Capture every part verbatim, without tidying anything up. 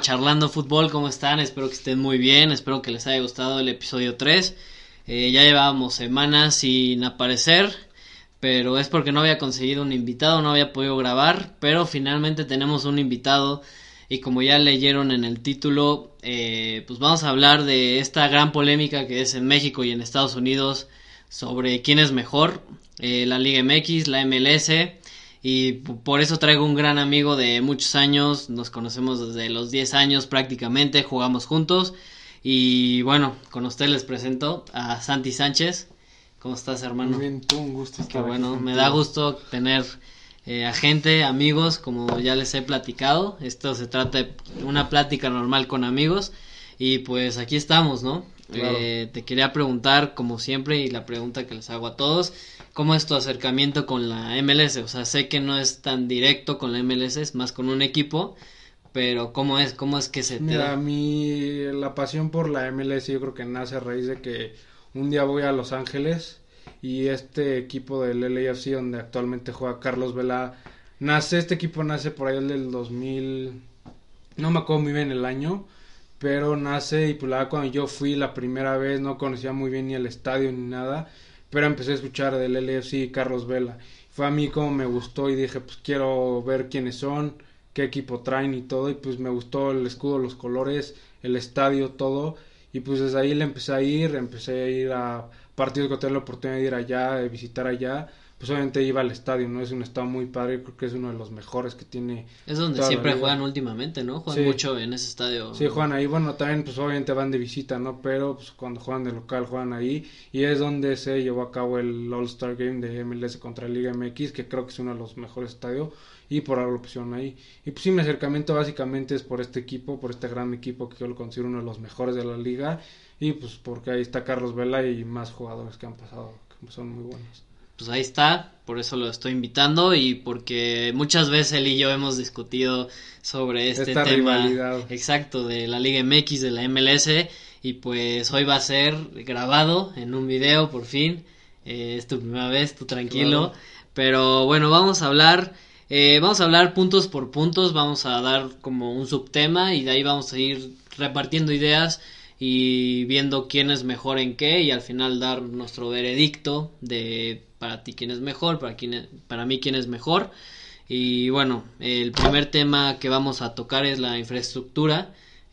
Charlando Fútbol, ¿cómo están? Espero que estén muy bien, espero que les haya gustado el episodio tres. Eh, ya llevábamos semanas sin aparecer, pero es porque no había conseguido un invitado, no había podido grabar, pero finalmente tenemos un invitado y como ya leyeron en el título, eh, pues vamos a hablar de esta gran polémica que es en México y en Estados Unidos sobre quién es mejor, eh, la Liga M X, la M L S, y por eso traigo un gran amigo de muchos años, nos conocemos desde los diez años prácticamente, jugamos juntos. Y bueno, con usted les presento a Santi Sánchez. ¿Cómo estás, hermano? Muy bien, tú, un gusto estar Qué bueno, aquí me da gusto tener eh, a gente, amigos, como ya les he platicado. Esto se trata de una plática normal con amigos. Y pues aquí estamos, ¿no? Claro. Eh, te quería preguntar, como siempre, y la pregunta que les hago a todos, ¿cómo es tu acercamiento con la M L S? O sea, sé que no es tan directo con la M L S, es más con un equipo. Pero ¿cómo es? ¿Cómo es que se te Mira, da? a mí la pasión por la M L S yo creo que nace a raíz de que un día voy a Los Ángeles y este equipo del L A F C donde actualmente juega Carlos Vela, nace, este equipo nace por ahí del dos mil, no me acuerdo muy bien el año, pero nace y pues la verdad cuando yo fui la primera vez no conocía muy bien ni el estadio ni nada, pero empecé a escuchar del L A F C y Carlos Vela. Fue a mí como me gustó y dije pues quiero ver quiénes son, qué equipo traen y todo, y pues me gustó el escudo, los colores, el estadio, todo, y pues desde ahí le empecé a ir, empecé a ir a partidos que tenía la oportunidad de ir allá, de visitar allá, pues obviamente iba al estadio, ¿no? Es un estadio muy padre, creo que es uno de los mejores que tiene. Es donde toda la siempre liga. juegan últimamente, ¿no? Juegan Sí. mucho en ese estadio. Sí, juegan ahí, bueno, también pues obviamente van de visita, ¿no? Pero pues cuando juegan de local juegan ahí y es donde se llevó a cabo el All-Star Game de M L S contra Liga M X, que creo que es uno de los mejores estadios y por algo lo pusieron ahí. Y pues sí, mi acercamiento básicamente es por este equipo, por este gran equipo que yo lo considero uno de los mejores de la liga y pues porque ahí está Carlos Vela y más jugadores que han pasado, que son muy buenos. Pues ahí está, por eso lo estoy invitando y porque muchas veces él y yo hemos discutido sobre este Esta tema rivalidad. exacto de la Liga M X, de la M L S, y pues hoy va a ser grabado en un video por fin. Eh, es tu primera vez, tú tranquilo, Claro. pero bueno, vamos a hablar, eh, vamos a hablar puntos por puntos, vamos a dar como un subtema y de ahí vamos a ir repartiendo ideas y viendo quién es mejor en qué y al final dar nuestro veredicto de para ti quién es mejor, para quién, para mí quién es mejor. Y bueno, el primer tema que vamos a tocar es la infraestructura.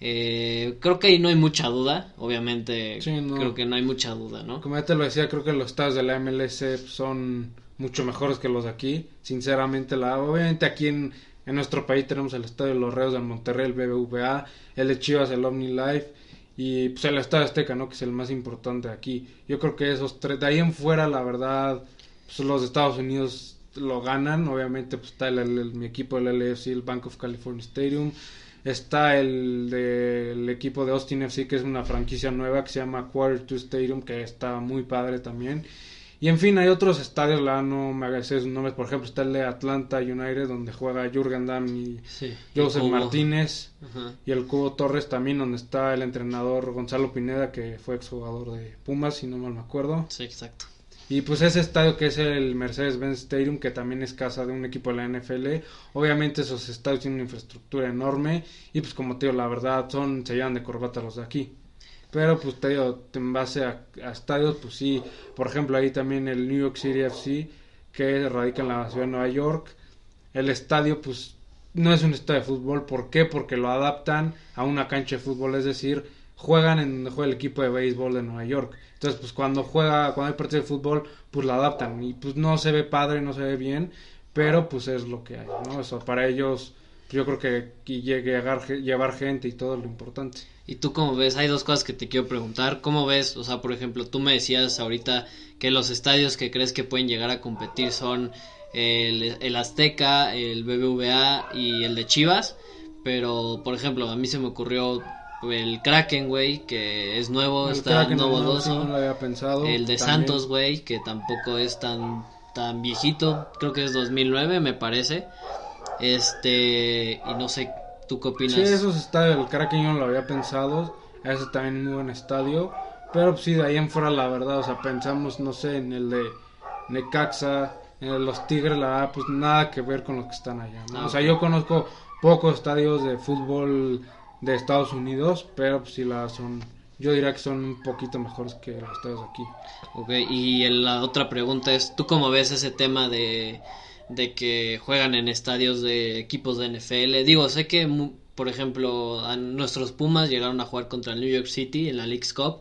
Eh, creo que ahí no hay mucha duda, obviamente. Sí, no. Creo que no hay mucha duda, ¿no? Como ya te lo decía, creo que los estadios de la M L S son mucho mejores que los de aquí. Sinceramente, la obviamente aquí en, en nuestro país tenemos el estadio de los Reyes del Monterrey, el B B V A, el de Chivas, el OmniLife y pues el estadio Azteca, ¿no? Que es el más importante aquí. Yo creo que esos tres, de ahí en fuera, la verdad, pues los de Estados Unidos lo ganan. Obviamente, pues está el, el, el, mi equipo del L A F C, el Bank of California Stadium. Está el del de, equipo de Austin F C, que es una franquicia nueva que se llama Quarter Two Stadium, que está muy padre también. Y en fin, hay otros estadios, la no me hagas esos nombres, por ejemplo está el de Atlanta United, donde juega Jürgen Damm y Sí, Joseph Martínez, Ajá. y el Cubo Torres también, donde está el entrenador Gonzalo Pineda, que fue exjugador de Pumas, si no mal me acuerdo. Sí, exacto. Y pues ese estadio que es el Mercedes-Benz Stadium, que también es casa de un equipo de la N F L, obviamente esos estadios tienen una infraestructura enorme y pues como te digo, la verdad son se llevan de corbata los de aquí. Pero pues te digo, en base a, a estadios, pues sí, por ejemplo ahí también el New York City F C, que radica en la ciudad de Nueva York, el estadio pues no es un estadio de fútbol. ¿Por qué? Porque lo adaptan a una cancha de fútbol, es decir, juegan en donde juega el equipo de béisbol de Nueva York. Entonces, pues cuando juega, cuando hay partido de fútbol, pues la adaptan y pues no se ve padre, no se ve bien, pero pues es lo que hay, ¿no? Eso para ellos, yo creo que, que llegue a llegar, llevar gente y todo es lo importante. ¿Y tú cómo ves? Hay dos cosas que te quiero preguntar. ¿Cómo ves? O sea, por ejemplo, tú me decías ahorita que los estadios que crees que pueden llegar a competir son el, el Azteca, el B B V A y el de Chivas. Pero, por ejemplo, a mí se me ocurrió el Kraken, güey, que es nuevo, El está Kraken, novedoso. No, sí, no lo había pensado. El de también. Santos, güey, que tampoco es tan tan viejito, creo que es dos mil nueve, me parece. Este, y no sé, ¿tú qué opinas? Sí, esos estadios, el Kraken yo no lo había pensado, ese también es muy buen estadio, pero pues, sí, de ahí en fuera la verdad, o sea, pensamos, no sé, en el de Necaxa, en el de los Tigres, la verdad, pues nada que ver con los que están allá, ¿no? Ah, O sea, ok. yo conozco pocos estadios de fútbol de Estados Unidos, pero pues sí la son, yo diría que son un poquito mejores que los estadios aquí. Ok, y la otra pregunta es, ¿tú cómo ves ese tema de, de que juegan en estadios de equipos de N F L? Digo, sé que, por ejemplo, a nuestros Pumas llegaron a jugar contra el New York City en la Leagues Cup,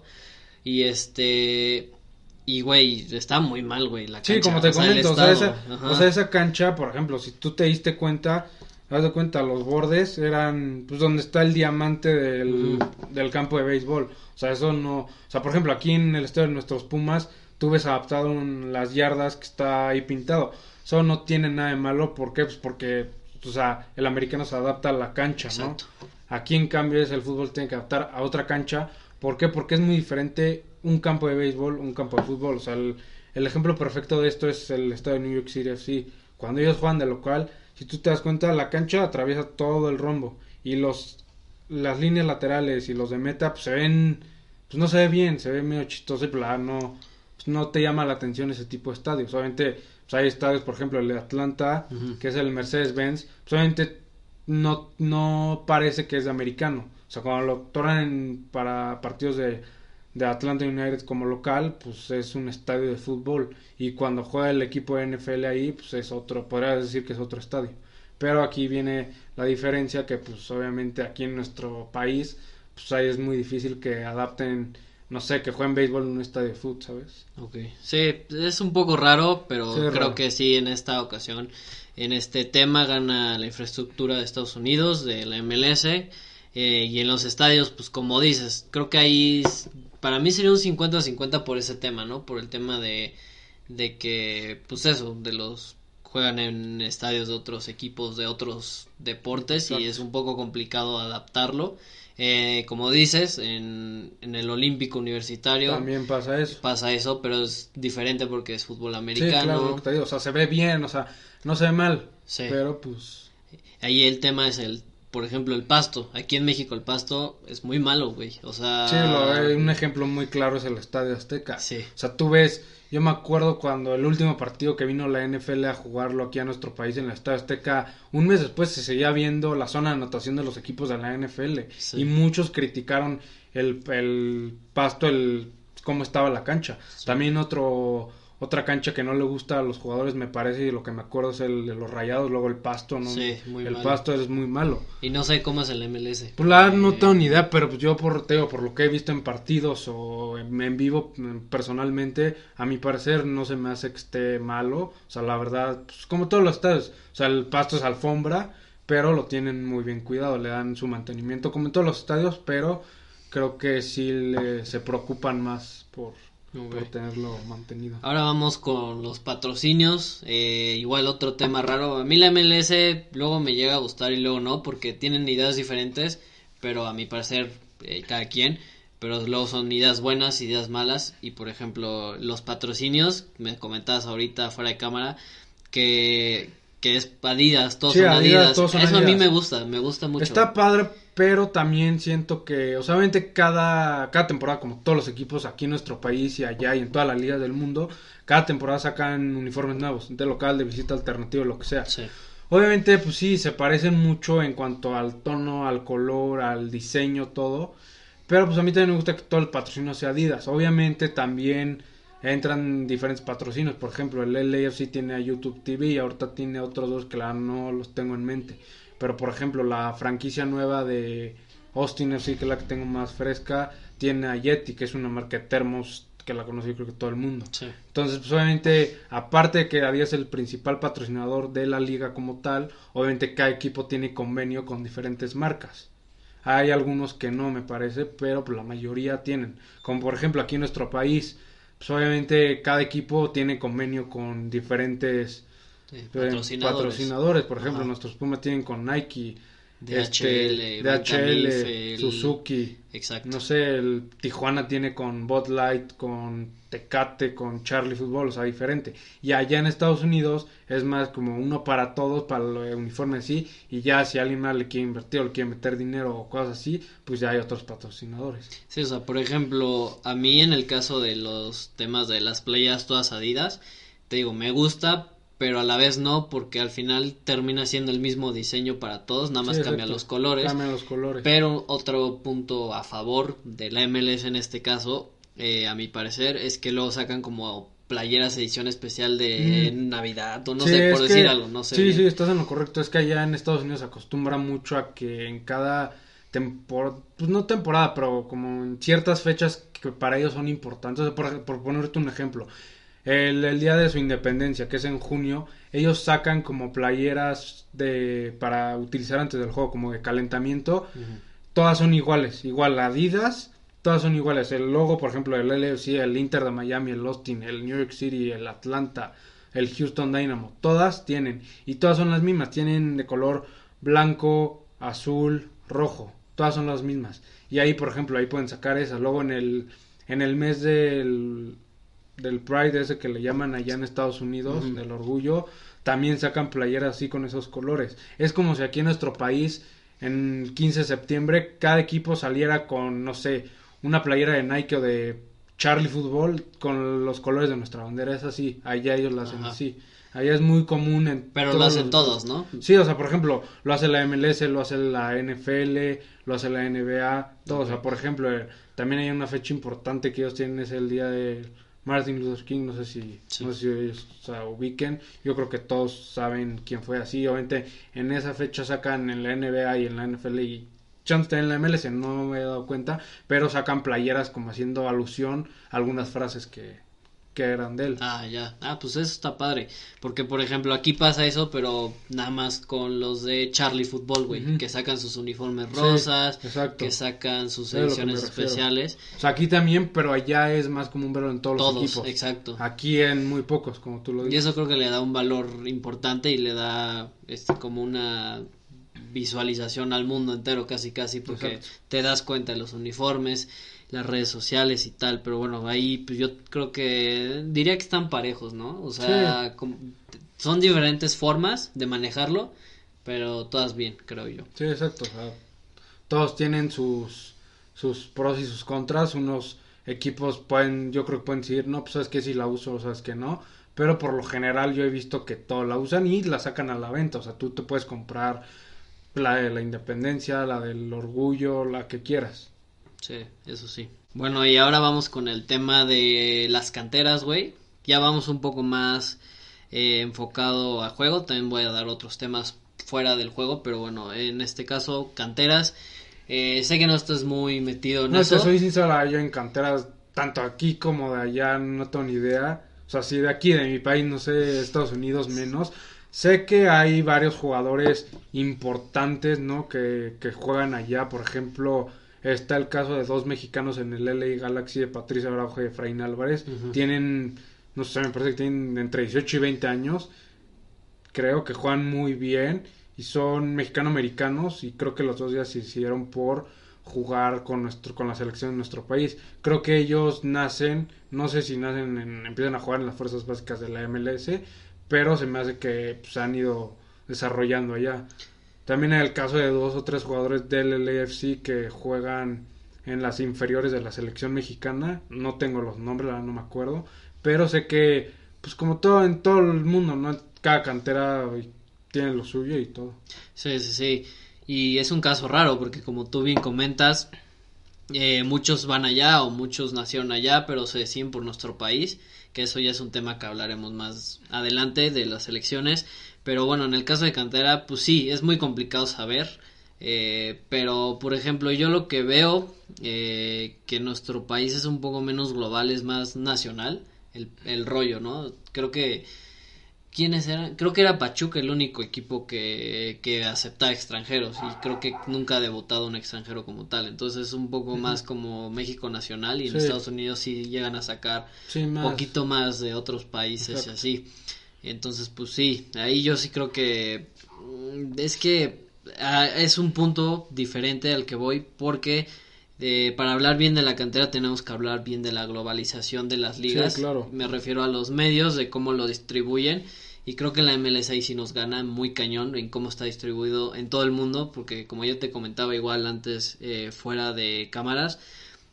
y este... Y, güey, está muy mal, güey, la cancha. Sí, como te o sea, comento, o sea, esa, Ajá. o sea, esa cancha, por ejemplo, si tú te diste cuenta, haz de cuenta, los bordes eran, pues, donde está el diamante del, Uh-huh. del campo de béisbol. O sea, eso no... O sea, por ejemplo, aquí en el estadio de nuestros Pumas, tú ves adaptado un, las yardas que está ahí pintado. Eso no tiene nada de malo, ¿por qué? Pues porque, o sea, el americano se adapta a la cancha, ¿no? Exacto. Aquí, en cambio, es el fútbol tiene que adaptar a otra cancha. ¿Por qué? Porque es muy diferente un campo de béisbol, un campo de fútbol. O sea, el, el ejemplo perfecto de esto es el estadio de New York City F C. Cuando ellos juegan de local, si tú te das cuenta, la cancha atraviesa todo el rombo. Y los las líneas laterales y los de meta, pues se ven, pues no se ve bien, se ve medio chistoso y bla, no, pues no te llama la atención ese tipo de estadios. Obviamente, pues hay estadios, por ejemplo, el de Atlanta, Uh-huh. que es el Mercedes-Benz, pues obviamente no, no parece que es de americano. O sea, cuando lo tornan para partidos de, de Atlanta United como local, pues es un estadio de fútbol. Y cuando juega el equipo de N F L ahí, pues es otro, podría decir que es otro estadio. Pero aquí viene la diferencia que pues obviamente aquí en nuestro país, pues ahí es muy difícil que adapten, no sé, que jueguen béisbol en un estadio de fútbol, ¿sabes? Ok, sí, es un poco raro, pero Sí, creo raro. que sí, en esta ocasión, en este tema gana la infraestructura de Estados Unidos, de la M L S, eh, y en los estadios, pues como dices, creo que ahí, para mí sería un cincuenta a cincuenta por ese tema, ¿no? Por el tema de, de que, pues eso, de los juegan en estadios de otros equipos de otros deportes. Exacto. Y es un poco complicado adaptarlo. Eh, como dices, en, en el Olímpico Universitario también pasa eso. Pasa eso, pero es diferente porque es fútbol americano. Sí, claro, lo que te digo, o sea, se ve bien, o sea, no se ve mal, sí. Pero pues... Ahí el tema es el, por ejemplo, el pasto. Aquí en México el pasto es muy malo, güey, o sea... Sí, lo, un ejemplo muy claro es el Estadio Azteca. Sí. O sea, tú ves... Yo me acuerdo cuando el último partido que vino la N F L a jugarlo aquí a nuestro país en el Estadio Azteca, un mes después se seguía viendo la zona de anotación de los equipos de la N F L. Sí. Y muchos criticaron el, el pasto, el cómo estaba la cancha. Sí. También otro otra cancha que no le gusta a los jugadores, me parece, y lo que me acuerdo es el de los Rayados, luego el pasto, ¿no? Sí, muy el malo. pasto es muy malo. Y no sé cómo es el M L S. Pues la no tengo ni idea, pero pues yo por, te digo, por lo que he visto en partidos o en, en vivo personalmente, a mi parecer no se me hace que esté malo. O sea, la verdad, pues como todos los estadios, o sea, el pasto es alfombra, pero lo tienen muy bien cuidado, le dan su mantenimiento como en todos los estadios, pero creo que sí le, se preocupan más por... Okay. Por tenerlo mantenido. Ahora vamos con los patrocinios. Eh, igual otro tema raro. A mí la M L S luego me llega a gustar y luego no, porque tienen ideas diferentes, pero a mi parecer eh, cada quien. Pero luego son ideas buenas, ideas malas. Y por ejemplo, los patrocinios, me comentabas ahorita fuera de cámara, que, que es Adidas, todos sí, son Adidas. Adidas. Todos son Eso Adidas. A mí me gusta, me gusta mucho. Está padre, pero también siento que, o sea, obviamente cada, cada temporada, como todos los equipos aquí en nuestro país y allá y en todas las ligas del mundo, cada temporada sacan uniformes nuevos, de local, de visita alternativa, lo que sea. Sí. Obviamente, pues sí, se parecen mucho en cuanto al tono, al color, al diseño, todo. Pero pues a mí también me gusta que todo el patrocinio sea Adidas. Obviamente también entran diferentes patrocinios. Por ejemplo, el L A F C tiene a YouTube T V y ahorita tiene otros dos que la no los tengo en mente. Pero por ejemplo, la franquicia nueva de Austin F C, que es la que tengo más fresca, tiene a Yeti, que es una marca de termos que la conoce yo creo que todo el mundo. Sí. Entonces, pues obviamente, aparte de que Adidas es el principal patrocinador de la liga como tal, obviamente cada equipo tiene convenio con diferentes marcas. Hay algunos que no, me parece, pero pues la mayoría tienen. Como por ejemplo aquí en nuestro país, pues obviamente cada equipo tiene convenio con diferentes sí, patrocinadores. patrocinadores. Por ejemplo, Ajá. nuestros Pumas tienen con Nike, D H L, este, D H L, el... Suzuki. Exacto. No sé, el Tijuana tiene con Bud Light, con Tecate, con Charlie Football, o sea, diferente. Y allá en Estados Unidos es más como uno para todos, para el uniforme así, y ya si alguien más le quiere invertir o le quiere meter dinero o cosas así, pues ya hay otros patrocinadores. Sí, o sea, por ejemplo, a mí en el caso de los temas de las playas todas Adidas, te digo, me gusta, pero a la vez no, porque al final termina siendo el mismo diseño para todos, nada más Sí, cambian exacto. los colores. Cambian los colores. Pero otro punto a favor de la M L S en este caso, eh, a mi parecer, es que luego sacan como playeras edición especial de Mm. Navidad, o no Sí, sé, es por que- decir algo, no sé. Sí, bien. sí, estás en lo correcto. Es que allá en Estados Unidos se acostumbra mucho a que en cada temporada, pues no temporada, pero como en ciertas fechas que para ellos son importantes. O sea, por, por ponerte un ejemplo, el, el día de su independencia, que es en junio, ellos sacan como playeras de para utilizar antes del juego, como de calentamiento. Ujú. Todas son iguales, igual Adidas, todas son iguales. El logo, por ejemplo, del L A F C, el Inter de Miami, el Austin, el New York City, el Atlanta, el Houston Dynamo, todas tienen, y todas son las mismas, tienen de color blanco, azul, rojo, todas son las mismas. Y ahí, por ejemplo, ahí pueden sacar esas. Luego en el en el mes del del Pride, ese que le llaman allá en Estados Unidos, Ujú. del orgullo, también sacan playeras así con esos colores. Es como si aquí en nuestro país en quince de septiembre cada equipo saliera con, no sé, una playera de Nike o de Charlie Football con los colores de nuestra bandera. Es así, allá ellos la hacen Ajá. así. Allá es muy común en Pero lo todos hacen los- todos, ¿no? Sí, o sea, por ejemplo, lo hace la M L S, lo hace la N F L, lo hace la N B A, todo. Ok. O sea, por ejemplo, eh, también hay una fecha importante que ellos tienen, es el día de Martin Luther King. No sé si, Sí. no sé si ellos, o sea, ubiquen. Yo creo que todos saben quién fue así. Obviamente, en esa fecha sacan en la N B A y en la N F L y chance en la M L S, no me he dado cuenta, pero sacan playeras como haciendo alusión a algunas frases que, que eran de él. Ah, ya. Ah, pues eso está padre. Porque, por ejemplo, aquí pasa eso, pero nada más con los de Charlie Football, güey. Ujú. Que sacan sus uniformes Sí, rosas, exacto. que sacan sus Es a lo que me ediciones refiero. especiales. O sea, aquí también, pero allá es más común verlo en todos, Todos, los equipos. exacto. Aquí en muy pocos, como tú lo Y dices. eso creo que le da un valor importante y le da este como una visualización al mundo entero casi casi porque Exacto. te das cuenta de los uniformes, las redes sociales y tal, pero bueno, ahí pues yo creo que diría que están parejos, ¿no? O sea, como- son diferentes formas de manejarlo, pero todas bien, creo yo. Sí, exacto. O sea, todos tienen sus, sus pros y sus contras. Unos equipos pueden, yo creo que pueden decir, no, pues sabes que si la uso, o sabes que no. Pero por lo general yo he visto que todos la usan y la sacan a la venta. O sea, tú te puedes comprar la de la independencia, la del orgullo, la que quieras. Sí, eso sí. Bueno, y ahora vamos con el tema de las canteras, güey. Ya vamos un poco más eh, enfocado a juego. También voy a dar otros temas fuera del juego, pero bueno, en este caso, canteras. Eh, sé que no estás muy metido en No, eso. te soy sincera, yo en canteras, tanto aquí como de allá, no tengo ni idea. O sea, si de aquí, de mi país, no sé, Estados Unidos menos. Sé que hay varios jugadores importantes, ¿no? Que, que juegan allá. Por ejemplo, está el caso de dos mexicanos en el L A Galaxy, de Patricio Araujo y Efraín Álvarez. Ujú. Tienen, no sé, me parece que tienen entre dieciocho y veinte años. Creo que juegan muy bien y son mexicano-americanos, y creo que los dos días se hicieron por jugar con nuestro con la selección de nuestro país. Creo que ellos nacen, no sé si nacen en- empiezan a jugar en las fuerzas básicas de la M L S, pero se me hace que pues, se han ido desarrollando allá. También hay el caso de dos o tres jugadores del L A F C que juegan en las inferiores de la selección mexicana. No tengo los nombres, la verdad no me acuerdo, pero sé que pues como todo en todo el mundo, ¿no? Cada cantera tiene lo suyo y todo. Sí, sí, sí. Y es un caso raro porque como tú bien comentas, eh, muchos van allá o muchos nacieron allá, pero se deciden por nuestro país, que eso ya es un tema que hablaremos más adelante de las elecciones. Pero bueno, en el caso de cantera, pues sí, es muy complicado saber. Eh, pero por ejemplo, yo lo que veo, eh, que nuestro país es un poco menos global, es más nacional, el, el rollo, ¿no? Creo que ¿quiénes eran? Creo que era Pachuca el único equipo que, que aceptaba extranjeros y creo que nunca ha debutado un extranjero como tal. Entonces es un poco más como México nacional y en Sí. Estados Unidos sí llegan a sacar Sí, un más. poquito más de otros países y Exacto. así. Entonces pues sí, ahí yo sí creo que mm, es que ah, es un punto diferente al que voy porque eh, para hablar bien de la cantera tenemos que hablar bien de la globalización de las ligas. Sí, claro. Me refiero a los medios, de cómo lo distribuyen. Y creo que la M L S ahí sí nos gana muy cañón en cómo está distribuido en todo el mundo. Porque como yo te comentaba igual antes eh, fuera de cámaras,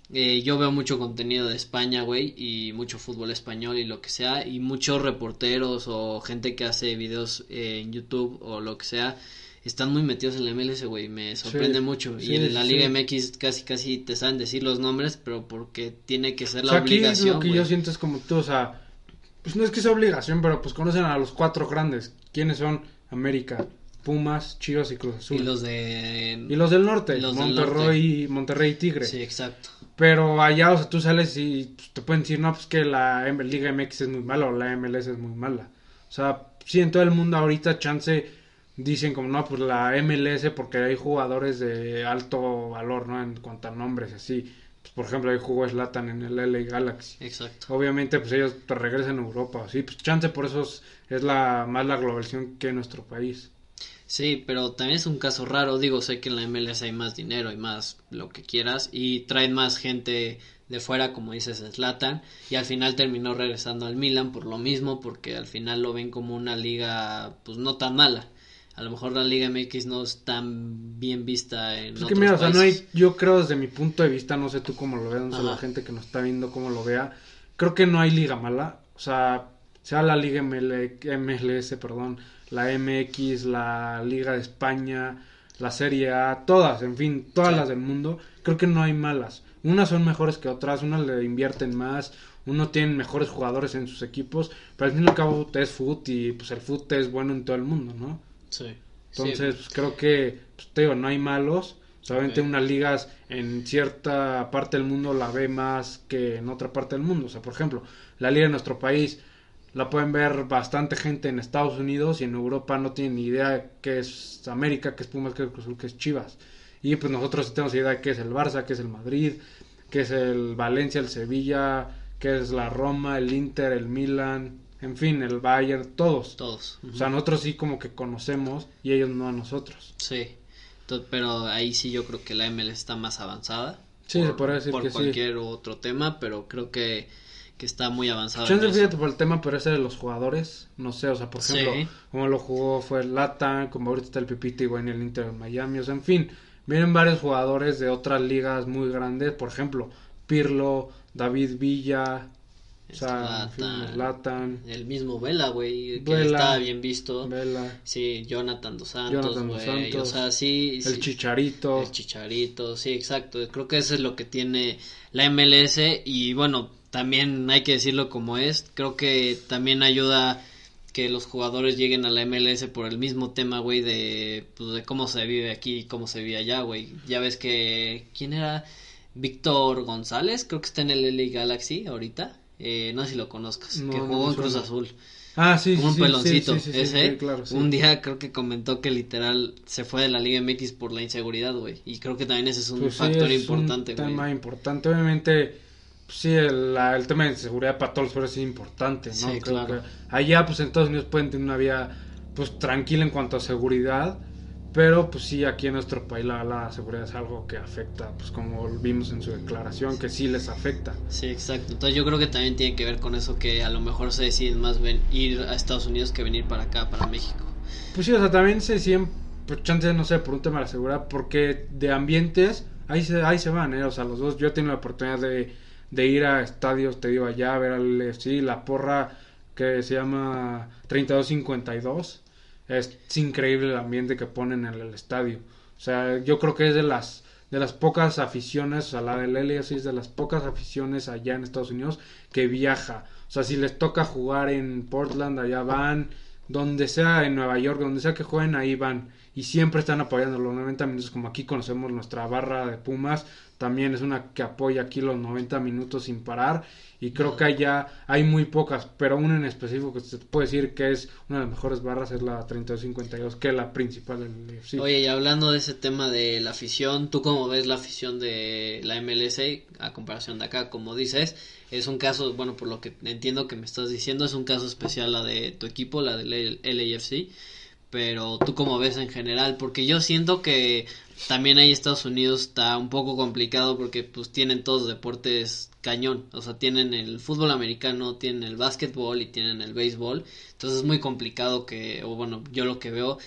Eh, yo veo mucho contenido de España, güey, y mucho fútbol español y lo que sea, y muchos reporteros o gente que hace videos eh, en YouTube o lo que sea, están muy metidos en la M L S, güey, me sorprende Sí, mucho. sí, Y en la sí. Liga M X casi casi te saben decir los nombres, pero porque tiene que ser O la sea, aquí obligación, lo que güey. yo siento es como tú, o sea, pues no es que sea obligación, pero pues conocen a los cuatro grandes. ¿Quiénes son? América, Pumas, Chivas y Cruz Azul. Y los de... Y los del norte, y los del Monterrey, Monterrey y Tigre. Sí, exacto. Pero allá, o sea, tú sales y pues, te pueden decir, no, pues que la M- Liga M X es muy mala o la M L S es muy mala. O sea, sí, en todo el mundo ahorita chance dicen como, no, pues la M L S porque hay jugadores de alto valor, ¿no? En cuanto a nombres, así. Pues, por ejemplo, ahí jugó Zlatan en el L A Galaxy. Exacto. Obviamente, pues ellos te regresan a Europa, sí. Pues chance por eso es, es la más la globalización que en nuestro país. Sí, pero también es un caso raro, digo, sé que en la M L S hay más dinero y más lo que quieras y traen más gente de fuera, como dices, Zlatan, y al final terminó regresando al Milan por lo mismo, porque al final lo ven como una liga pues no tan mala. A lo mejor la Liga M X no es tan bien vista en Pues otros que mira, o sea, no hay, países. yo creo desde mi punto de vista, no sé tú cómo lo veas, no sé la Ajá. gente que nos está viendo cómo lo vea, creo que no hay liga mala, o sea, sea la Liga M L M L S, perdón, la M X, la Liga de España, la Serie A, todas, en fin, todas Sí. las del mundo, creo que no hay malas. Unas son mejores que otras, unas le invierten más, uno tiene mejores jugadores en sus equipos, pero al fin y al cabo es fut y pues el fut es bueno en todo el mundo, ¿no? Sí. Entonces, pues, creo que, pues, te digo, no hay malos. Solamente Ok. unas ligas en cierta parte del mundo la ve más que en otra parte del mundo. O sea, por ejemplo, la liga de nuestro país la pueden ver bastante gente en Estados Unidos y en Europa no tienen ni idea qué es América, qué es Pumas, qué es Cruz Azul, qué es Chivas. Y pues nosotros sí tenemos idea de qué es el Barça, qué es el Madrid, qué es el Valencia, el Sevilla, qué es la Roma, el Inter, el Milan, en fin, el Bayern, todos. Todos. O sea, nosotros sí como que conocemos y ellos no a nosotros. Sí. To- Pero ahí sí yo creo que la M L S está más avanzada. Sí, por, se podría decir por que sí. cualquier otro tema, pero creo que, que está muy avanzada. en Chance, eso. fíjate, por el tema, pero ese de los jugadores, no sé, o sea, por ejemplo, Sí. como lo jugó fue el Latan, como ahorita está el Pipita y en el Inter de Miami, o sea, en fin, vienen varios jugadores de otras ligas muy grandes, por ejemplo, Pirlo, David Villa, o sea, en fin, Zlatan, Zlatan, el mismo Vela, güey, que Vela, estaba bien visto. Vela, Sí, Jonathan dos Santos, Jonathan dos güey. O Santos, sea, sí, el sí, Chicharito. el Chicharito, sí, exacto. Creo que eso es lo que tiene la M L S y bueno, también hay que decirlo como es. Creo que también ayuda que los jugadores lleguen a la M L S por el mismo tema, güey, de, pues, de cómo se vive aquí y cómo se vive allá, güey. Ya ves que, ¿quién era? Víctor González, creo que está en el L A Galaxy ahorita. Eh, no sé si lo conozcas, No, que no jugó me en Cruz suena. Azul. Ah, sí, Como sí, un sí, peloncito. sí, sí, sí, sí, Ese, sí, claro, sí. un día creo que comentó que literal se fue de la Liga M X por la inseguridad, güey. Y creo que también ese es un Pues sí, factor es importante, un güey. tema importante. Obviamente, pues sí, el, la- el tema de seguridad para todos los jugadores es importante, ¿no? Sí, Creo claro. que allá, pues en Estados Unidos pueden tener una vida, pues tranquila en cuanto a seguridad, pero pues sí, aquí en nuestro país la, la seguridad es algo que afecta, pues como vimos en su declaración, que sí les afecta. Sí, exacto. Entonces yo creo que también tiene que ver con eso que a lo mejor se deciden más ven ir a Estados Unidos que venir para acá, para México. Pues sí, o sea, también se deciden, pues chances, no sé, por un tema de la seguridad, porque de ambientes, ahí se, ahí se van, ¿eh? O sea, los dos, yo he tenido la oportunidad de, de ir a estadios, te digo, allá, a ver al F C, la porra que se llama treinta y dos cincuenta y dos, es, es increíble el ambiente que ponen en el estadio. O sea, yo creo que es de las de las pocas aficiones, o sea, la del L A F C es de las pocas aficiones allá en Estados Unidos que viaja. O sea, si les toca jugar en Portland, allá van, donde sea en Nueva York, donde sea que jueguen, ahí van. Y siempre están apoyando los noventa minutos, como aquí conocemos nuestra barra de Pumas, también es una que apoya aquí los noventa minutos sin parar. Y creo que allá hay muy pocas, pero una en específico que se puede decir que es una de las mejores barras es la treinta y dos cincuenta y dos, que es la principal del F C. Oye, y hablando de ese tema de la afición, ¿tú cómo ves la afición de la M L S a comparación de acá? Como dices, es un caso, bueno, por lo que entiendo que me estás diciendo, es un caso especial la de tu equipo, la del L A F C, pero tú cómo ves en general, porque yo siento que también ahí Estados Unidos está un poco complicado porque pues tienen todos deportes cañón, o sea, tienen el fútbol americano, tienen el básquetbol y tienen el béisbol, entonces es muy complicado que, o bueno, yo lo que veo,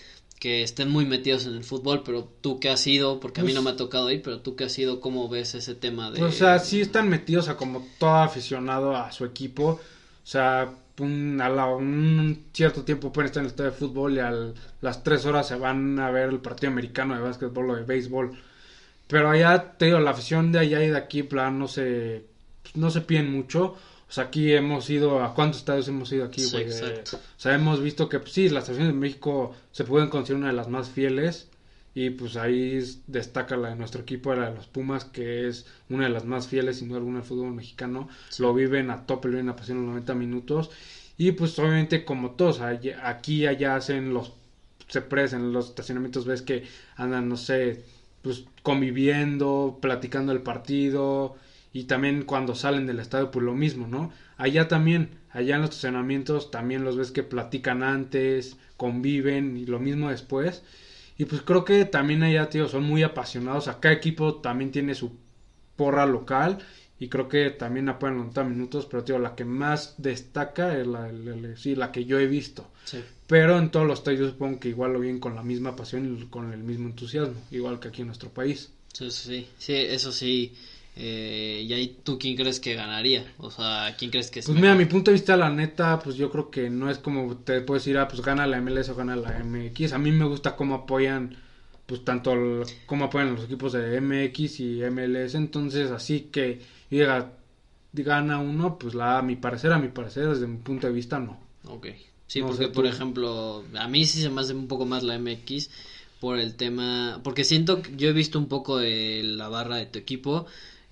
que estén muy metidos en el fútbol, pero tú que has ido, porque a mí Pues- no me ha tocado ir, pero tú que has ido, ¿cómo ves ese tema de...? Pues, o sea, sí están metidos a como todo aficionado a su equipo. O sea, un, a la- un cierto tiempo pueden estar en el estadio de fútbol y a las tres horas se van a ver el partido americano de básquetbol o de béisbol. Pero allá, te digo, la afición de allá y de aquí, plan, no se, no se piden mucho. O sea, aquí hemos ido, ¿a cuántos estadios hemos ido aquí, Sí, güey? De- exacto. o sea, hemos visto que, pues, sí, las aficiones de México se pueden considerar una de las más fieles. Y pues ahí es- destaca la de nuestro equipo, la de los Pumas, que es una de las más fieles, sin duda alguna, del fútbol mexicano. Sí. Lo viven a tope, lo viven a pasión los noventa minutos. Y pues obviamente como todos, allá- aquí y allá hacen los, se prestan en los estacionamientos, ves que andan, no sé, pues conviviendo, platicando el partido. Y también cuando salen del estadio, pues lo mismo, ¿no? Allá también, allá en los estacionamientos también los ves que platican antes, conviven y lo mismo después. Y pues creo que también allá, tío, son muy apasionados. A cada equipo también tiene su porra local. Y creo que también apoyan los noventa minutos. Pero, tío, la que más destaca es la, la- la- sí, la que yo he visto. Sí. Pero en todos los estadios supongo que igual lo vienen con la misma pasión y con el mismo entusiasmo. Igual que aquí en nuestro país. Sí, sí, sí, sí, eso sí. Eh, y ahí tú, ¿quién crees que ganaría? O sea, ¿quién crees que es Pues mira, a mi mejor? punto de vista, la neta, pues yo creo que no es como te puedes ir a, pues gana la M L S o gana la M X. A mí me gusta cómo apoyan, pues tanto el- cómo apoyan los equipos de M X y M L S. Entonces, así que diga, gana uno, pues la a mi parecer, a mi parecer, desde mi punto de vista, no. Ok. Sí, No porque sé por tú. ejemplo, a mí sí se me hace un poco más la M X por el tema, porque siento que yo he visto un poco de la barra de tu equipo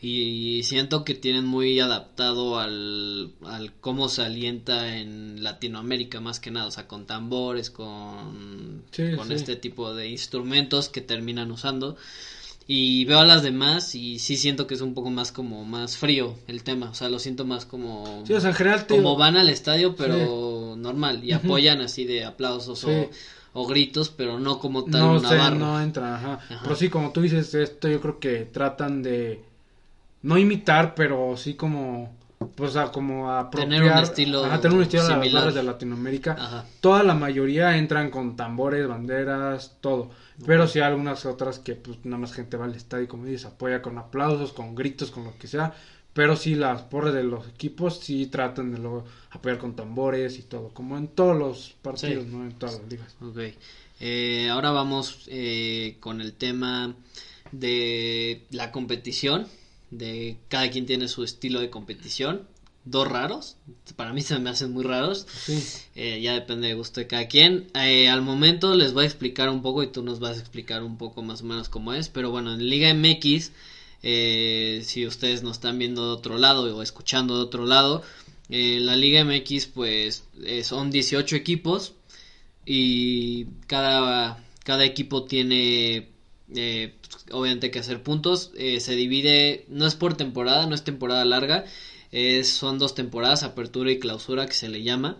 y siento que tienen muy adaptado al, al cómo se alienta en Latinoamérica más que nada, o sea, con tambores, con, Sí, con sí. este tipo de instrumentos que terminan usando. Y veo a las demás y sí siento que es un poco más como más frío el tema, o sea, lo siento más como Sí, o sea, en general, te como digo, van al estadio pero normal y Ujú. apoyan así de aplausos Sí. o, o gritos, pero no como tal no una sé, barra. no entra, ajá. Ajá. Pero sí, como tú dices, esto yo creo que tratan de no imitar, pero sí como, pues a, como a Tener un apropiar, estilo ajá, tener un estilo de las similar. barras de Latinoamérica. Ajá. Toda la mayoría entran con tambores, banderas, todo. Pero sí hay algunas otras que pues nada más gente va al estadio y como dices, apoya con aplausos, con gritos, con lo que sea. Pero sí las porras de los equipos sí tratan de luego apoyar con tambores y todo, como en todos los partidos, Sí. ¿no? En todas las ligas. Ok. Eh, ahora vamos eh, con el tema de la competición, de cada quien tiene su estilo de competición. Dos raros, para mí se me hacen muy raros. Sí. Eh, ya depende de gusto de cada quien. Eh, al momento les voy a explicar un poco y tú nos vas a explicar un poco más o menos cómo es. Pero bueno, en Liga M X, eh, si ustedes nos están viendo de otro lado o escuchando de otro lado, eh, la Liga M X pues eh, son dieciocho equipos y cada, cada equipo tiene eh, obviamente que hacer puntos. Eh, se divide, no es por temporada, no es temporada larga. Es, son dos temporadas, apertura y clausura que se le llama.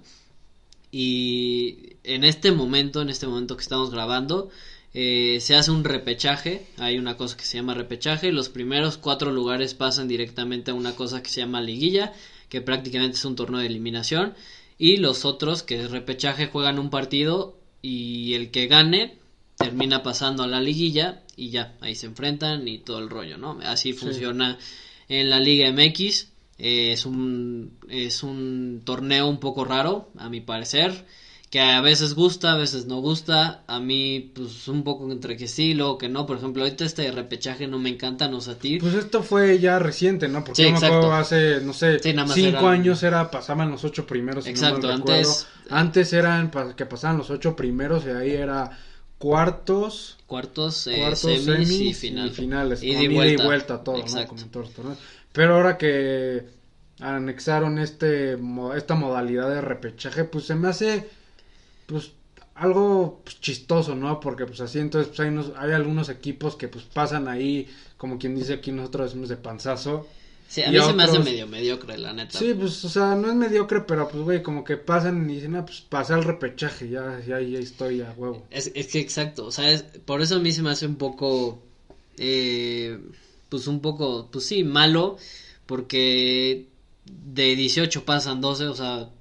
Y en este momento, en este momento que estamos grabando, eh, se hace un repechaje. Hay una cosa que se llama repechaje y los primeros cuatro lugares pasan directamente a una cosa que se llama liguilla, que prácticamente es un torneo de eliminación. Y los otros, que es repechaje, juegan un partido y el que gane termina pasando a la liguilla y ya, ahí se enfrentan y todo el rollo, ¿no? Así Sí. funciona en la Liga M X. Eh, es un es un torneo un poco raro, a mi parecer, que a veces gusta, a veces no gusta. A mí, pues, un poco entre que sí, luego que no. Por ejemplo, ahorita este repechaje no me encanta, no sé a ti. Pues esto fue ya reciente, ¿no? Porque Sí, yo me acuerdo exacto. hace, no sé, Sí, nada más cinco eran- años era, pasaban los ocho primeros, si Exacto, no mal recuerdo. antes- Antes eran pa- que pasaban los ocho primeros y ahí era cuartos, Cuartos, eh, cuartos, semis, semis y final. y finales, Ida con y ida vuelta. y vuelta todo, Exacto. ¿no? Como en todos los torneos. Pero ahora que anexaron este mo- esta modalidad de repechaje, pues se me hace pues algo pues, chistoso, ¿no? Porque pues así entonces pues, hay, unos, hay algunos equipos que pues pasan ahí, como quien dice aquí nosotros decimos de panzazo. Sí, a Y mí se me hace otros- medio mediocre, la neta. Sí, pues, o sea, no es mediocre, pero pues, güey, como que pasan y dicen, ah, pues pasé al repechaje, ya, ya, ya estoy a huevo. Es, es que exacto, o sea, es- por eso a mí se me hace un poco, eh, pues un poco, pues sí, malo, porque de dieciocho pasan doce, o sea,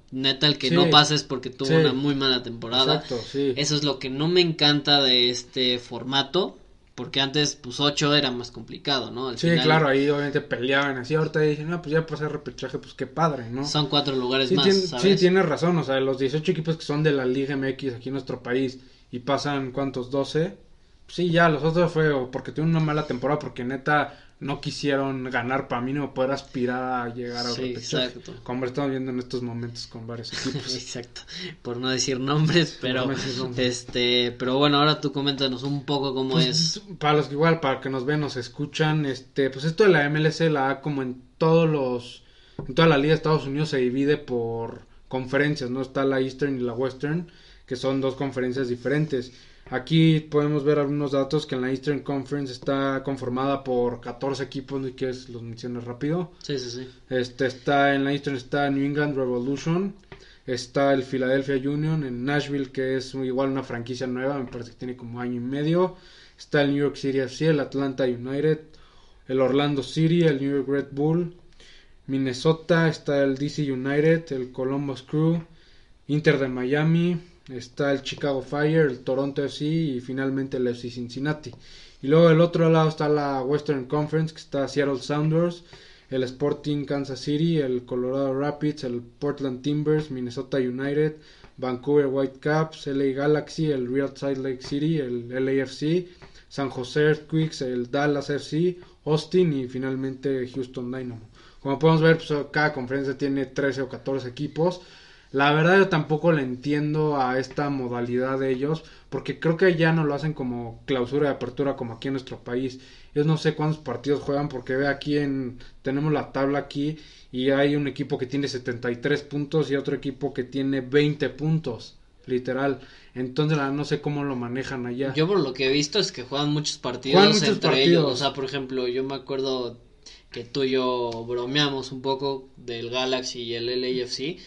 neta el que Sí. no pasa es porque tuvo Sí. una muy mala temporada. Exacto, sí. Eso es lo que no me encanta de este formato, porque antes pues ocho era más complicado, ¿no? Al Sí, final claro, ahí obviamente peleaban así, ahorita dicen, no, pues ya pasé repechaje, pues qué padre, ¿no? son cuatro lugares Sí, más, tien- ¿sabes? sí, tienes razón, o sea, los dieciocho equipos que son de la Liga M X aquí en nuestro país y pasan, ¿cuántos? doce. Sí, ya, los otros fue o porque tuvieron una mala temporada, porque neta no quisieron ganar para mínimo poder aspirar a llegar al Sí, repechaje. exacto. Como estamos viendo en estos momentos con varios equipos. Exacto, por no decir nombres, pero no decir nombres. este, pero bueno, ahora tú coméntanos un poco cómo Pues, es. para los que igual, para que nos ven, nos escuchan, este, pues esto de la M L C, la A, como en todos los, en toda la liga de Estados Unidos se divide por conferencias, ¿no? Está la Eastern y la Western, que son dos conferencias diferentes. Aquí podemos ver algunos datos que en la Eastern Conference está conformada por catorce equipos, ¿no? ¿Quieres los menciones rápido? Sí, sí, sí. Este está en la Eastern está New England Revolution, está el Philadelphia Union en Nashville, que es igual una franquicia nueva, me parece que tiene como año y medio. Está el New York City F C, el Atlanta United, el Orlando City, el New York Red Bull, Minnesota, está el D C United, el Columbus Crew, Inter de Miami, está el Chicago Fire, el Toronto F C y finalmente el F C Cincinnati. Y luego del otro lado está la Western Conference, que está Seattle Sounders, el Sporting Kansas City, el Colorado Rapids, el Portland Timbers, Minnesota United, Vancouver Whitecaps, L A Galaxy, el Real Salt Lake City, el L A F C, San Jose Earthquakes, el Dallas F C, Austin y finalmente Houston Dynamo. Como podemos ver, pues, cada conferencia tiene trece o catorce equipos. La verdad yo tampoco le entiendo a esta modalidad de ellos, porque creo que ya no lo hacen como clausura y apertura como aquí en nuestro país. Yo no sé cuántos partidos juegan, porque ve aquí en tenemos la tabla aquí y hay un equipo que tiene setenta y tres puntos y otro equipo que tiene veinte puntos, literal. Entonces la- no sé cómo lo manejan allá. Yo por lo que he visto es que juegan muchos partidos Juegan muchos entre partidos. ellos. O sea, por ejemplo, yo me acuerdo que tú y yo bromeamos un poco del Galaxy y el L A F C.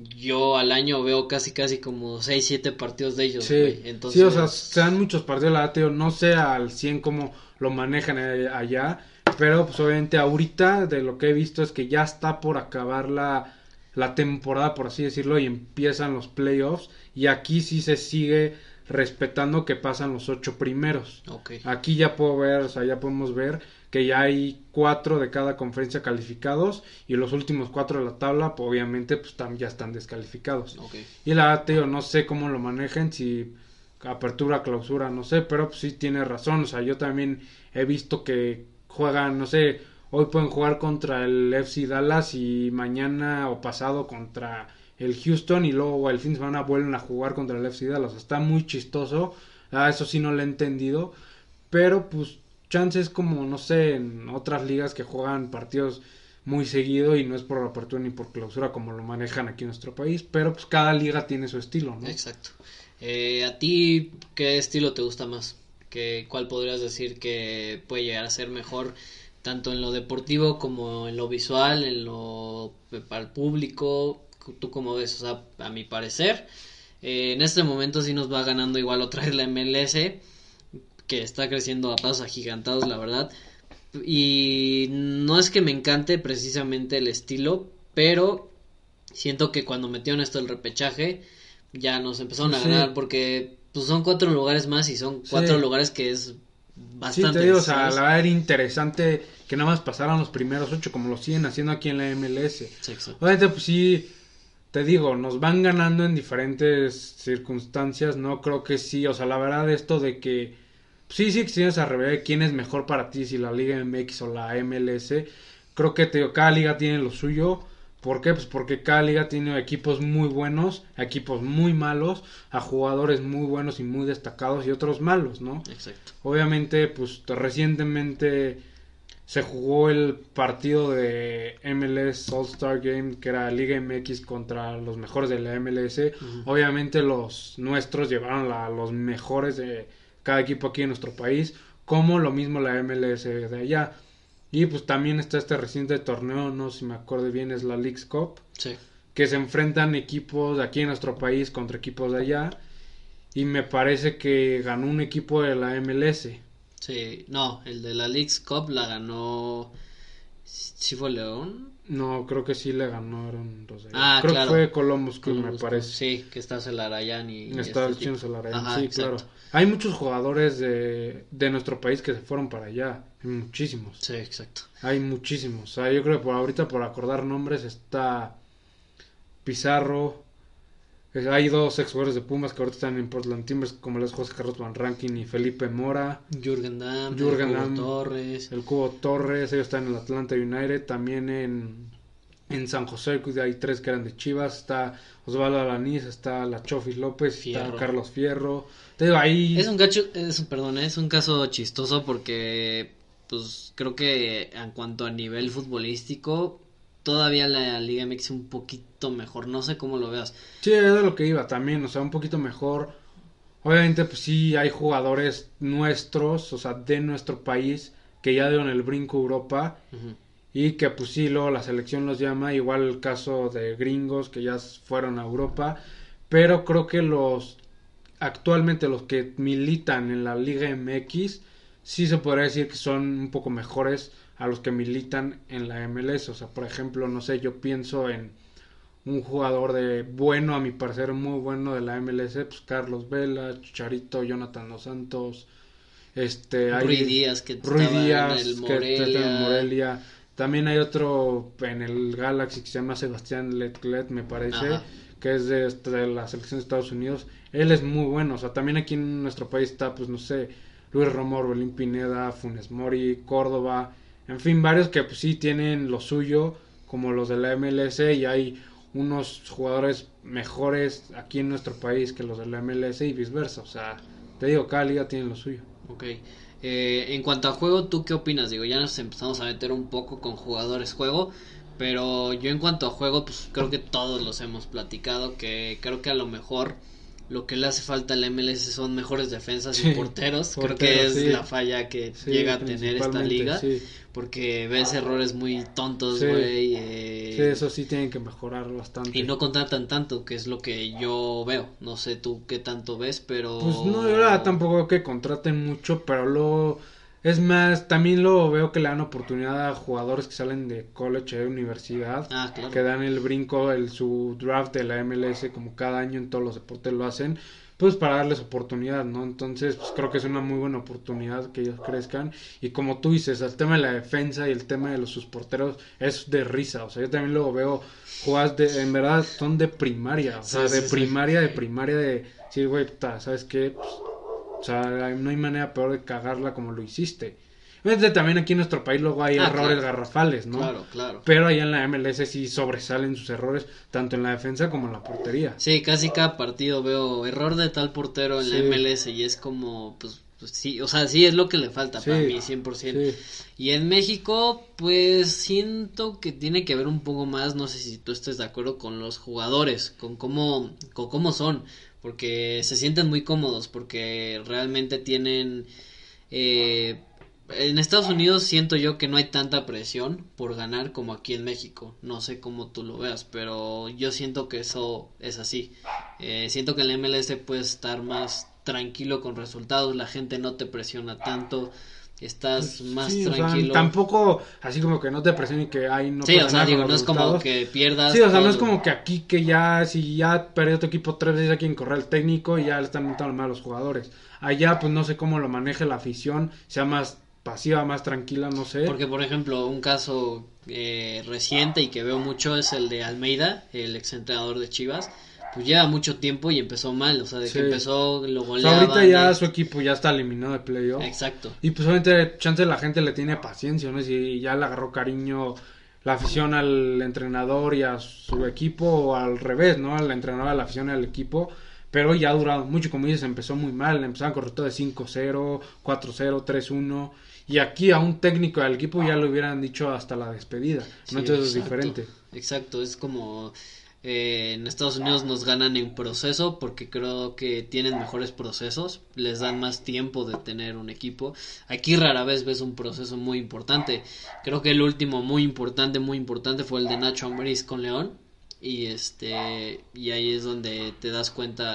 Yo al año veo casi casi como seis siete partidos de ellos, Sí, güey. Entonces, sí, o sea, se dan muchos partidos, la verdad, te digo, no sé al cien cómo lo manejan eh, allá, pero pues obviamente ahorita de lo que he visto es que ya está por acabar la, la temporada, por así decirlo, y empiezan los playoffs, y aquí sí se sigue respetando que pasan los ocho primeros. ok. Aquí ya puedo ver, o sea, ya podemos ver que ya hay cuatro de cada conferencia calificados y los últimos cuatro de la tabla, pues, obviamente, pues tam- ya están descalificados. Ok. Y la verdad, te digo, no sé cómo lo manejen, si apertura, clausura, no sé, pero pues sí tiene razón, o sea, yo también he visto que juegan, no sé, hoy pueden jugar contra el F C Dallas y mañana o pasado contra el Houston y luego el fin de semana vuelven a jugar contra el F C Dallas, está muy chistoso, ah, eso sí no lo he entendido, pero pues chances como, no sé, en otras ligas que juegan partidos muy seguido y no es por apertura ni por clausura como lo manejan aquí en nuestro país, pero pues cada liga tiene su estilo, ¿no? Exacto. Eh, ¿A ti qué estilo te gusta más? ¿Qué, ¿Cuál podrías decir que puede llegar a ser mejor tanto en lo deportivo como en lo visual, en lo para el público? ¿Tú cómo ves? O sea, a mi parecer, eh, en este momento sí nos va ganando igual otra vez la M L S, que está creciendo a pasos agigantados, la verdad. Y no es que me encante precisamente el estilo, pero siento que cuando metieron esto el repechaje ya nos empezaron a Sí. ganar, porque pues son cuatro lugares más y son cuatro Sí. lugares que es Sí, bastante. te digo, o sea, ¿sabes? la verdad era interesante que nada más pasaran los primeros ocho como lo siguen haciendo aquí en la M L S. Sí, exacto. Obviamente, pues sí, te digo, nos van ganando en diferentes circunstancias, no creo que sí, o sea, la verdad esto de que pues, sí, sí existe esa rivalidad de quién es mejor para ti, si la Liga M X o la M L S, creo que te digo, cada liga tiene lo suyo. ¿Por qué? Pues porque cada liga tiene equipos muy buenos, equipos muy malos, a jugadores muy buenos y muy destacados y otros malos, ¿no? Exacto. Obviamente, pues recientemente se jugó el partido de M L S All-Star Game, que era Liga M X contra los mejores de la M L S. Uh-huh. Obviamente los nuestros llevaron a los mejores de cada equipo aquí en nuestro país, como lo mismo la M L S de allá. Y pues también está este reciente torneo, no sé si me acuerdo bien, es la Leagues Cup, Sí. que se enfrentan equipos de aquí en nuestro país contra equipos de allá. Y me parece que ganó un equipo de la M L S. Sí, no, el de la Leagues Cup la ganó. ¿Sí fue León? No, creo que sí le ganaron dos. Ah, creo claro. que fue Columbus Crew, me Columbus Crew, parece. Sí, que está Celarayán y, y Está este el Chino tipo. Celarayán, Ajá, sí, exacto. claro. Hay muchos jugadores de, de nuestro país que se fueron para allá. Hay muchísimos. Sí, exacto. Hay muchísimos. O sea, yo creo que por ahorita, por acordar nombres, está Pizarro. Eh, Hay dos ex jugadores de Pumas que ahorita están en Portland Timbers, como los José Carlos Van Rankin y Felipe Mora. Jürgen Damm, Jürgen Hugo Damm, Torres. El Cubo Torres, ellos están en el Atlanta United. También en, en San José hay tres que eran de Chivas. Está Osvaldo Alanís, está La Chofis López, Fierro. está Carlos Fierro. Te digo, ahí... Es un cacho, es, perdón, es un caso chistoso porque, pues, creo que en cuanto a nivel futbolístico, todavía la Liga M X es un poquito mejor. No sé cómo lo veas. Sí, es de lo que iba también, o sea, un poquito mejor. Obviamente, pues sí, hay jugadores nuestros, o sea, de nuestro país, que ya dieron el brinco a Europa. Uh-huh. Y que pues sí, luego la selección los llama, igual el caso de gringos que ya fueron a Europa, pero creo que los actualmente los que militan en la Liga M X sí se podría decir que son un poco mejores a los que militan en la M L S, o sea, por ejemplo, no sé, yo pienso en un jugador de bueno, a mi parecer muy bueno de la M L S, pues Carlos Vela, Chicharito, Jonathan Dos Santos, este, Rui hay Díaz que Rui estaba Díaz, en el que está en Morelia. Morelia. También hay otro en el Galaxy que se llama Sebastián Leclet, me parece, Ajá. que es de, de la selección de Estados Unidos. Él es muy bueno, o sea, también aquí en nuestro país está, pues no sé, Luis Romo, Orbelín Pineda, Funes Mori, Córdoba, en fin, varios que pues sí tienen lo suyo, como los de la M L S, y hay unos jugadores mejores aquí en nuestro país que los de la M L S y viceversa, o sea, te digo, cada liga tiene lo suyo. Ok. Eh, en cuanto a juego, ¿tú qué opinas? Digo, ya nos empezamos a meter un poco con jugadores juego, pero yo en cuanto a juego, pues creo que todos los hemos platicado, que creo que a lo mejor lo que le hace falta al M L S son mejores defensas Sí, y porteros. porteros, Creo que es sí. la falla que Sí, llega a tener esta principalmente, liga, sí. porque ves errores muy tontos, Sí. güey. eh, Sí, eso sí tienen que mejorar bastante. y no contratan tanto, que es lo que yo veo. No sé tú qué tanto ves, pero... Pues no, yo la- tampoco veo que contraten mucho, pero luego es más, también lo veo que le dan oportunidad a jugadores que salen de college, de universidad, Ah, claro. que dan el brinco, el su draft de la M L S, como cada año en todos los deportes lo hacen, pues para darles oportunidad, ¿no? Entonces, pues creo que es una muy buena oportunidad que ellos crezcan. Y como tú dices, el tema de la defensa y el tema de los sus porteros es de risa. O sea, yo también luego veo jugadas de, en verdad, son de primaria. O sea, Sí, de sí, sí. primaria, de primaria, de decir, güey, puta, ¿sabes qué? Pues, o sea, no hay manera peor de cagarla como lo hiciste. Obviamente también aquí en nuestro país luego hay Ah, errores claro. garrafales, ¿no? Claro, claro. Pero allá en la M L S sí sobresalen sus errores, tanto en la defensa como en la portería. Sí, casi cada partido veo error de tal portero en la Sí. M L S y es como, pues, pues sí, o sea, sí es lo que le falta Sí, para mí, cien por ciento. sí. Y en México, pues siento que tiene que ver un poco más, no sé si tú estés de acuerdo con los jugadores, con cómo, con cómo son, porque se sienten muy cómodos, porque realmente tienen... Eh, en Estados Unidos siento yo que no hay tanta presión por ganar como aquí en México. No sé cómo tú lo veas, pero yo siento que eso es así. Eh, siento que en la M L S puedes estar más tranquilo con resultados, la gente no te presiona tanto, estás más Sí, o sea, tranquilo. tampoco así como que no te presionen y que hay no Sí, pasa o sea, nada digo, con no los es como resultados. que pierdas. Sí, o sea, no todo. es como que aquí que ya, si ya perdió tu equipo tres veces, hay que correr el técnico y ya le están mentando mal a los jugadores. Allá, pues no sé cómo lo maneje la afición, sea más pasiva, más tranquila, no sé. Porque, por ejemplo, un caso eh, reciente y que veo mucho es el de Almeida, el exentrenador de Chivas. Pues lleva mucho tiempo y empezó mal, o sea, de Sí. que empezó, lo O sea, goleaban. ahorita ya eh. su equipo ya está eliminado de playoff. Exacto. Y pues obviamente chance la gente le tiene paciencia, ¿no? Si ya le agarró cariño la afición al entrenador y a su equipo, o al revés, ¿no? Al entrenador, a la afición y al equipo. Pero ya ha durado mucho, como dices, empezó muy mal. Empezaron con resultados de cinco cero, cuatro cero, tres uno. Y aquí a un técnico del equipo ya le hubieran dicho hasta la despedida. Sí, ¿no? Entonces es exacto. diferente. Exacto, es como eh, en Estados Unidos nos ganan en proceso porque creo que tienen mejores procesos, les dan más tiempo de tener un equipo. Aquí rara vez ves un proceso muy importante. Creo que el último muy importante, muy importante fue el de Nacho Ambriz con León y este y ahí es donde te das cuenta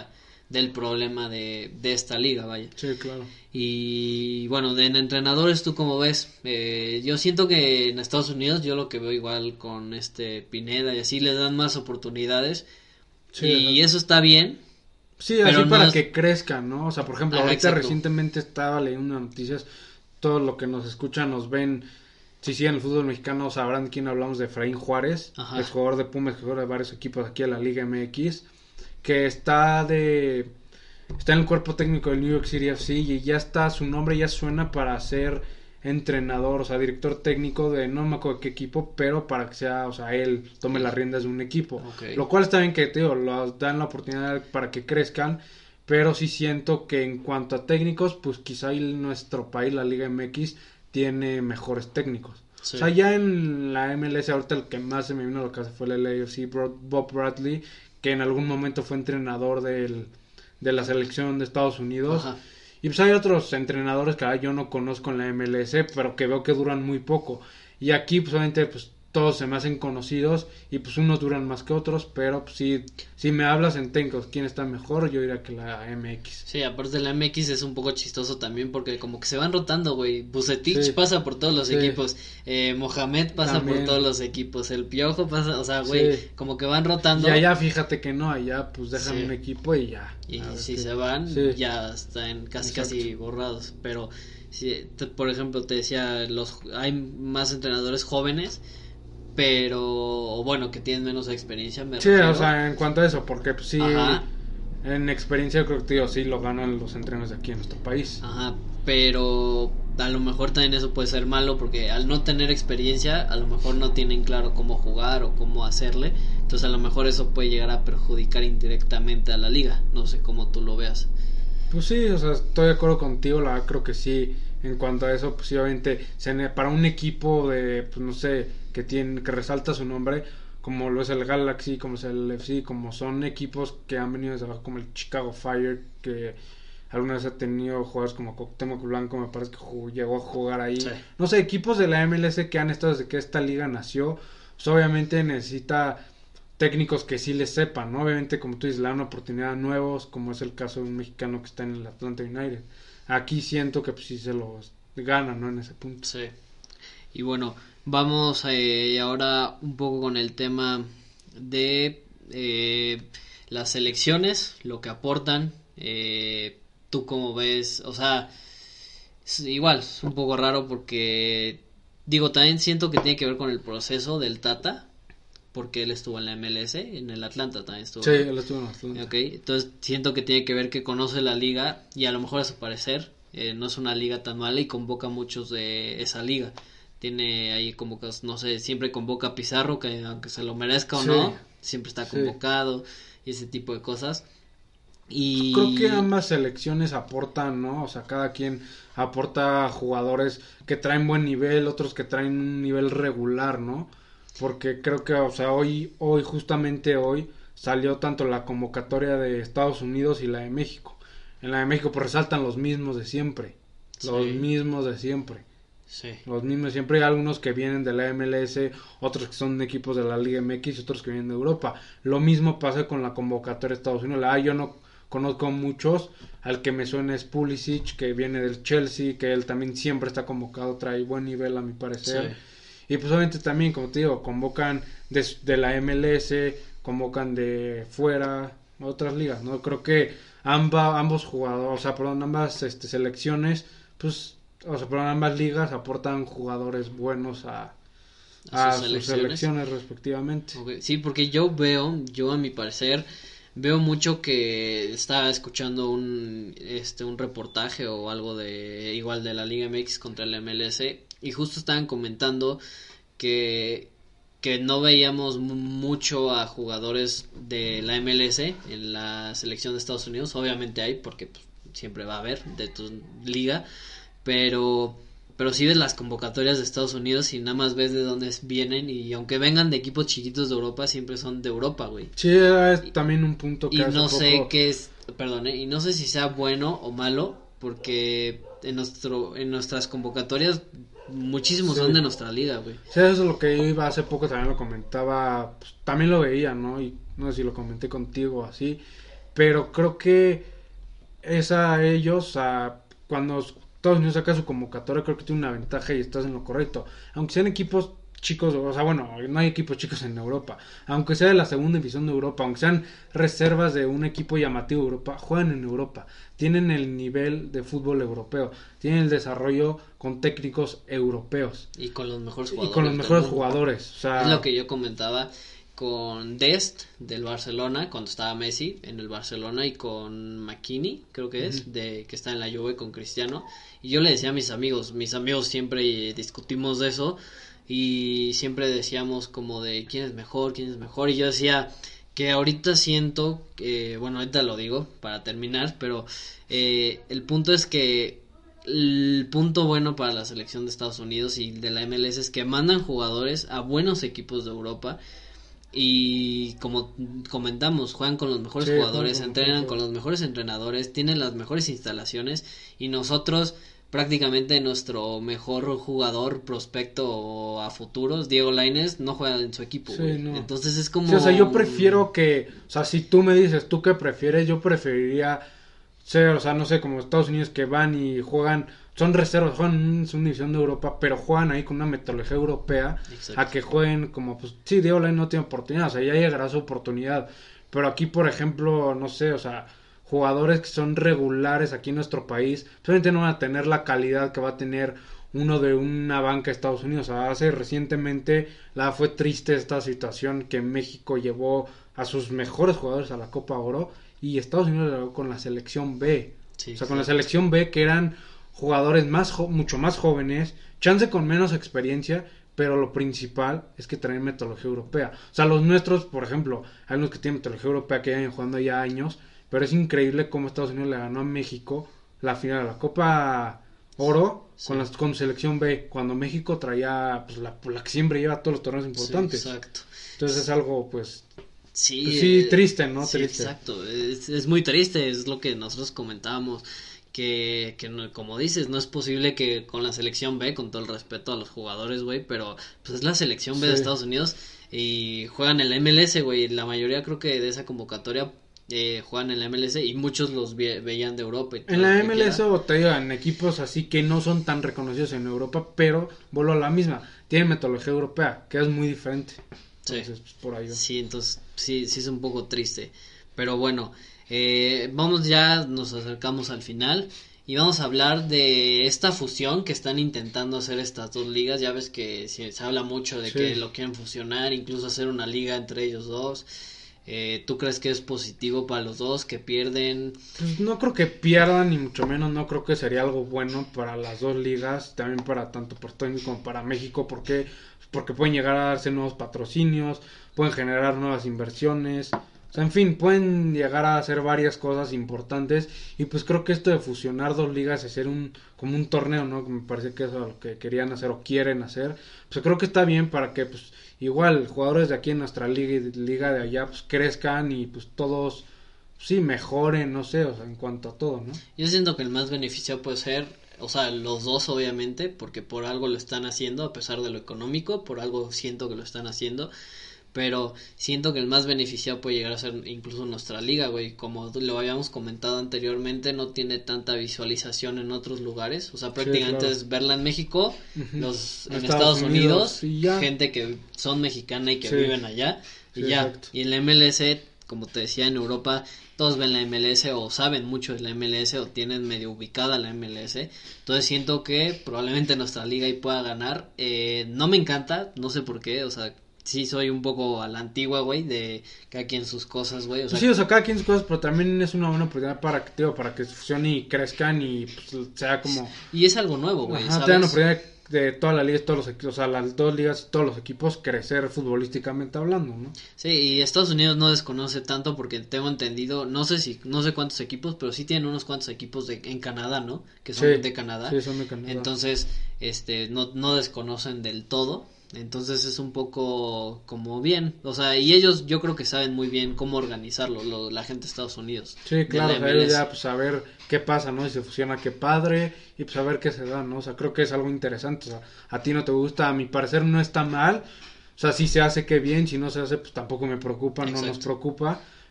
del problema de, de esta liga, vaya. Sí, claro. Y bueno, de en entrenadores, ¿tú cómo ves? Eh, yo siento que en Estados Unidos, yo lo que veo igual con este Pineda y así, les dan más oportunidades. Sí, y ¿no? Eso está bien. Sí, así para es... que crezcan, ¿no? O sea, por ejemplo, ah, ahorita exacto. Recientemente estaba leyendo unas noticias, todos los que nos escuchan, nos ven, si siguen el fútbol mexicano, sabrán de quién hablamos, de Efraín Juárez, el jugador de Pumas, jugador de varios equipos aquí en la Liga M X, que está de está en el cuerpo técnico del New York City F C y ya está, su nombre ya suena para ser entrenador, o sea, director técnico de no me acuerdo qué equipo, pero para que sea, o sea, él tome las riendas de un equipo, okay. Lo cual está bien que, tío, los dan la oportunidad para que crezcan, pero sí siento que en cuanto a técnicos, pues quizá en nuestro país, la Liga M X, tiene mejores técnicos. Sí. O sea, ya en la M L S ahorita el que más se me vino a la casa fue el L A F C, Bob Bradley, que en algún momento fue entrenador del, de la selección de Estados Unidos. Ajá. Y pues hay otros entrenadores que yo no conozco en la M L S, pero que veo que duran muy poco. Y aquí pues obviamente pues todos se me hacen conocidos y pues unos duran más que otros, pero pues si, si me hablas en técnicos quién está mejor, yo diría que la M X. Sí, aparte de la M X es un poco chistoso también porque como que se van rotando, güey. Bucetich sí. pasa por todos los sí. equipos, eh, Mohamed pasa también. por todos los equipos, el Piojo pasa, o sea, güey, sí. como que van rotando. Y allá fíjate que no, allá pues dejan sí. un equipo y ya. Y si que... se van, sí. ya están casi Exacto. casi borrados, pero si, te, por ejemplo, te decía, los hay más entrenadores jóvenes, pero bueno, que tienen menos experiencia, me sí, refiero. O sea, en cuanto a eso, porque pues sí, Ajá. en experiencia creo que tío, sí lo ganan los entrenadores de aquí en nuestro país. Ajá, pero a lo mejor también eso puede ser malo porque al no tener experiencia, a lo mejor no tienen claro cómo jugar o cómo hacerle, entonces a lo mejor eso puede llegar a perjudicar indirectamente a la liga, no sé cómo tú lo veas. Pues sí, o sea, estoy de acuerdo contigo, la verdad creo que sí, en cuanto a eso, pues sí, obviamente, para un equipo de, pues no sé, que tiene, que resalta su nombre, como lo es el Galaxy, como es el F C, como son equipos que han venido desde abajo, como el Chicago Fire, que alguna vez ha tenido jugadores como Cuauhtémoc Blanco, me parece que jugó, llegó a jugar ahí, sí. no sé, equipos de la M L S que han estado desde que esta liga nació, pues obviamente necesita técnicos que sí les sepan, ¿no? Obviamente, como tú dices, le dan una oportunidad a nuevos, como es el caso de un mexicano que está en el Atlanta United. Aquí siento que pues sí se los ganan, ¿no? En ese punto. Sí. Y bueno, vamos eh, ahora un poco con el tema de eh, las selecciones, lo que aportan. Eh, ¿Tú cómo ves? O sea, es igual, es un poco raro porque, digo, también siento que tiene que ver con el proceso del Tata, porque él estuvo en la M L S, en el Atlanta también estuvo. Sí, él estuvo en Atlanta. Okay, entonces siento que tiene que ver que conoce la liga y a lo mejor a su parecer eh, no es una liga tan mala y convoca a muchos de esa liga. Tiene ahí convocas, no sé, siempre convoca a Pizarro, que aunque se lo merezca o sí, no, siempre está convocado sí. y ese tipo de cosas. Y creo que ambas selecciones aportan, ¿no? O sea, cada quien aporta jugadores que traen buen nivel, otros que traen un nivel regular, ¿no? Porque creo que, o sea, hoy, hoy, justamente hoy, salió tanto la convocatoria de Estados Unidos y la de México. En la de México, pues resaltan los mismos de siempre. Sí. Los mismos de siempre. Sí. Los mismos de siempre. Hay algunos que vienen de la M L S, otros que son equipos de la Liga M X y otros que vienen de Europa. Lo mismo pasa con la convocatoria de Estados Unidos. Ah, yo no conozco muchos. Al que me suena es Pulisic, que viene del Chelsea, que él también siempre está convocado, trae buen nivel a mi parecer. Sí. Y pues obviamente también, como te digo, convocan de, de la M L S, convocan de fuera, otras ligas, ¿no? Creo que amba, ambos jugadores, o sea, perdón, ambas este, selecciones, pues, o sea, perdón, ambas ligas aportan jugadores buenos a, a, a sus, selecciones? sus selecciones respectivamente. Okay. Sí, porque yo veo, yo a mi parecer, veo mucho que estaba escuchando un, este, un reportaje o algo de, igual de la Liga M X contra la M L S, y justo estaban comentando que, que no veíamos mucho a jugadores de la M L S en la selección de Estados Unidos. Obviamente hay, porque pues, siempre va a haber de tu liga, pero pero sí ves las convocatorias de Estados Unidos y nada más ves de dónde vienen, y aunque vengan de equipos chiquitos de Europa, siempre son de Europa, güey. Sí, es también un punto que y hace no poco... sé qué es, perdón, ¿eh? y no sé si sea bueno o malo, porque en nuestro en nuestras convocatorias muchísimos sí. son de nuestra liga, güey. Sí, eso es lo que yo iba hace poco, también lo comentaba, pues, también lo veía, ¿no? Y no sé si lo comenté contigo así, pero creo que es a ellos, a cuando Estados Unidos saca su convocatoria, creo que tiene una ventaja y estás en lo correcto. Aunque sean equipos chicos, o sea, bueno, no hay equipos chicos en Europa. Aunque sea de la segunda división de Europa, aunque sean reservas de un equipo llamativo de Europa, juegan en Europa. Tienen el nivel de fútbol europeo, tienen el desarrollo con técnicos europeos. Y con los mejores jugadores. Y con los mejores jugadores. O sea, es lo que yo comentaba con Dest del Barcelona cuando estaba Messi en el Barcelona y con McKinney, creo que es, uh-huh. de que está en la Juve con Cristiano. Y yo le decía a mis amigos, mis amigos siempre discutimos de eso y siempre decíamos como de quién es mejor, quién es mejor. Y yo decía que ahorita siento, que, bueno, ahorita lo digo para terminar, pero eh, el punto es que el punto bueno para la selección de Estados Unidos y de la M L S es que mandan jugadores a buenos equipos de Europa. Y como comentamos, juegan con los mejores sí, jugadores, con, entrenan con, con los mejores entrenadores, tienen las mejores instalaciones y nosotros prácticamente nuestro mejor jugador prospecto a futuros, Diego Lainez, no juega en su equipo, sí, no. Entonces es como... Sí, o sea, yo prefiero que, o sea, si tú me dices, ¿tú qué prefieres? Yo preferiría ser, o sea, no sé, como Estados Unidos que van y juegan... Son reservas, juegan en una división de Europa, pero juegan ahí con una metodología europea. Exacto. A que jueguen como, pues, sí, Diego Lainez no tiene oportunidad, o sea, ya llegará su oportunidad. Pero aquí, por ejemplo, no sé, o sea, jugadores que son regulares aquí en nuestro país, obviamente no van a tener la calidad que va a tener uno de una banca de Estados Unidos. O sea, hace recientemente, la fue triste esta situación que México llevó a sus mejores jugadores a la Copa Oro y Estados Unidos lo llevó con la selección B. Sí, o sea, con la selección B que eran... jugadores más jo- mucho más jóvenes, chance con menos experiencia, pero lo principal es que traen metodología europea. O sea, los nuestros, por ejemplo, hay unos que tienen metodología europea que llevan jugando ya años, pero es increíble cómo Estados Unidos le ganó a México la final de la Copa Oro sí. con la con selección B, cuando México traía pues la, la que siempre lleva todos los torneos importantes. Sí, exacto. Entonces es algo pues sí, pues, sí eh, triste, ¿no? Sí, triste. Exacto. Es, es muy triste, es lo que nosotros comentábamos. Que, que no, como dices, no es posible que con la selección B, con todo el respeto a los jugadores, güey, pero pues es la selección B sí. de Estados Unidos y juegan en la M L S, güey, la mayoría creo que de esa convocatoria eh, juegan en la M L S y muchos los ve, veían de Europa. Y en la M L S o te digo, en equipos así que no son tan reconocidos en Europa, pero vuelvo a la misma, tienen metodología europea, que es muy diferente. Entonces, sí. pues, por ahí va. Sí, entonces sí, sí es un poco triste, pero bueno. Eh, vamos ya, nos acercamos al final y vamos a hablar de esta fusión que están intentando hacer estas dos ligas. Ya ves que se, se habla mucho de sí. que lo quieren fusionar, incluso hacer una liga entre ellos dos. Eh, ¿Tú crees que es positivo para los dos, que pierden? Pues no creo que pierdan, ni mucho menos, no creo que sería algo bueno para las dos ligas, también para tanto para Estados Unidos como para México, porque porque pueden llegar a darse nuevos patrocinios, pueden generar nuevas inversiones. O sea, en fin, pueden llegar a hacer varias cosas importantes y pues creo que esto de fusionar dos ligas y hacer un como un torneo, ¿no? Me parece que eso es lo que querían hacer o quieren hacer. Pues creo que está bien para que pues igual jugadores de aquí en nuestra liga y liga de allá pues crezcan y pues todos sí mejoren, no sé, o sea, en cuanto a todo, ¿no? Yo siento que el más beneficiado puede ser, o sea, los dos obviamente, porque por algo lo están haciendo a pesar de lo económico, por algo siento que lo están haciendo. Pero siento que el más beneficiado puede llegar a ser incluso nuestra liga, güey. Como lo habíamos comentado anteriormente, no tiene tanta visualización en otros lugares. O sea, prácticamente sí, claro. es verla en México, uh-huh. los en Estados, Estados Unidos, Unidos gente que son mexicana y que sí. viven allá. Y sí, ya. Exacto. Y en la M L S, como te decía, en Europa, todos ven la M L S o saben mucho de la M L S o tienen medio ubicada la M L S. Entonces siento que probablemente nuestra liga ahí pueda ganar. Eh, no me encanta, no sé por qué, o sea... Sí, soy un poco a la antigua, güey, de cada quien sus cosas, güey. O sea, sí, o sea, cada quien sus cosas, pero también es una buena oportunidad para que, tío, para que se fusionen y crezcan y pues, sea como... Y es algo nuevo, güey, ¿sabes? Te dan la oportunidad de toda la liga, todos los equipos, o sea, las dos ligas, todos los equipos crecer futbolísticamente hablando, ¿no? Sí, y Estados Unidos no desconoce tanto porque tengo entendido, no sé si, no sé cuántos equipos, pero sí tienen unos cuantos equipos de, en Canadá, ¿no? Que son sí, de Canadá. Sí, son de Canadá. Entonces, este, no, no desconocen del todo. Entonces es un poco como bien, o sea, y ellos yo creo que saben muy bien cómo organizarlo, lo, la gente de Estados Unidos. Sí, claro, o sea, ellos ya pues a ver qué pasa, ¿no? Si se fusiona, qué padre, y pues a ver qué se da, ¿no? O sea, creo que es algo interesante, o sea, a ti no te gusta, a mi parecer no está mal, o sea, si se hace, qué bien, si no se hace, pues tampoco me preocupa, Exacto. no nos preocupa,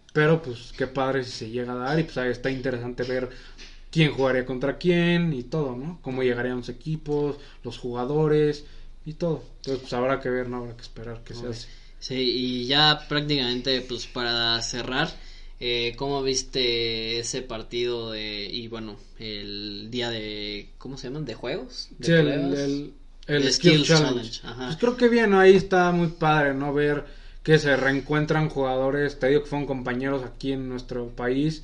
pero pues qué padre si se llega a dar y pues ahí está interesante ver quién jugaría contra quién y todo, ¿no? Cómo llegarían los equipos, los jugadores y todo. Entonces pues habrá que ver, no habrá que esperar que Okay. se hace. Sí, y ya prácticamente pues para cerrar, eh, ¿cómo viste ese partido de, y bueno, el día de, ¿cómo se llaman? ¿De juegos? ¿De Sí, el, pruebas? el, el De Skills Skills Challenge. Challenge, ajá. Pues creo que bien, ¿no? Ahí está muy padre, ¿no? Ver que se reencuentran jugadores, te digo que fueron compañeros aquí en nuestro país,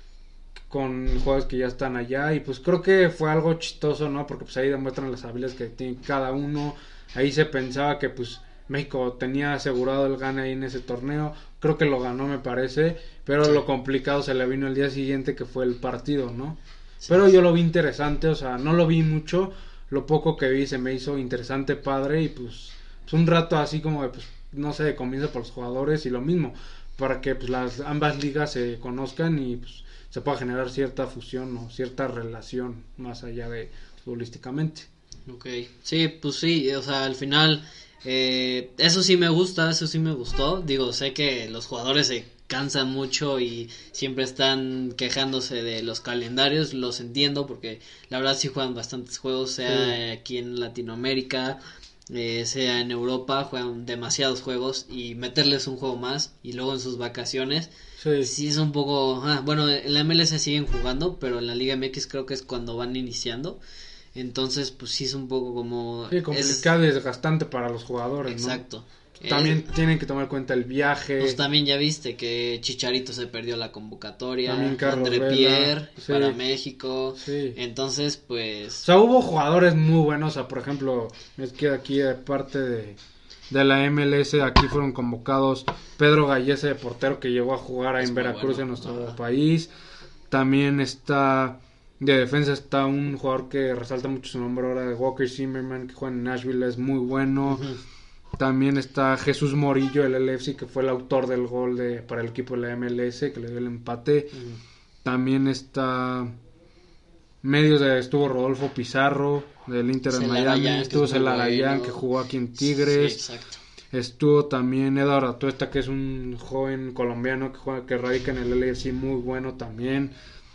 con jugadores que ya están allá, y pues creo que fue algo chistoso, ¿no? Porque pues ahí demuestran las habilidades que tiene cada uno. Ahí se pensaba que pues México tenía asegurado el gane ahí en ese torneo, creo que lo ganó me parece, pero Sí. lo complicado se le vino el día siguiente, que fue el partido, ¿no? Sí, Pero sí. yo lo vi interesante, o sea, no lo vi mucho, lo poco que vi se me hizo interesante, padre, y pues, pues un rato así como de, pues, no sé, comienza por los jugadores y lo mismo, para que pues las ambas ligas se conozcan y pues se pueda generar cierta fusión o cierta relación más allá de futbolísticamente. Ok, sí, pues sí, o sea, al final, eh, eso sí me gusta, eso sí me gustó. Digo, sé que los jugadores se cansan mucho y siempre están quejándose de los calendarios, los entiendo porque la verdad sí juegan bastantes juegos, sea Sí. aquí en Latinoamérica, eh, sea en Europa, juegan demasiados juegos y meterles un juego más y luego en sus vacaciones. Sí. Sí, es un poco... Ah, bueno, en la M L S siguen jugando, pero en la Liga M X creo que es cuando van iniciando. Entonces, pues sí es un poco como... Sí, es complicado y desgastante para los jugadores, ¿no? Exacto. También Eh, tienen que tomar en cuenta el viaje. pues también ya viste que Chicharito se perdió la convocatoria, También Carlos André Vela, Pierre sí. para México. Sí. Entonces, O pues... sea, hubo jugadores muy buenos, o sea, por ejemplo, es que aquí de parte de, de la M L S, aquí fueron convocados Pedro Gallese, de portero, que llegó a jugar Es en muy Veracruz, bueno. en nuestro Ajá. país. También está, de defensa está un jugador que resalta mucho su nombre ahora, de Walker Zimmerman, que juega en Nashville, es muy bueno. Ujú. También está Jesús Morillo, el L F C, que fue el autor del gol de, para el equipo de la M L S, que le dio el empate. Ujú. También está... Medios de, estuvo Rodolfo Pizarro del Inter de Celarayán, Miami, que estuvo es muy Celarayán, bueno. que jugó aquí en Sí, Tigres, exacto. estuvo también Eduardo Atuesta, que es un joven colombiano que juega, que radica en el L A F C, muy bueno también.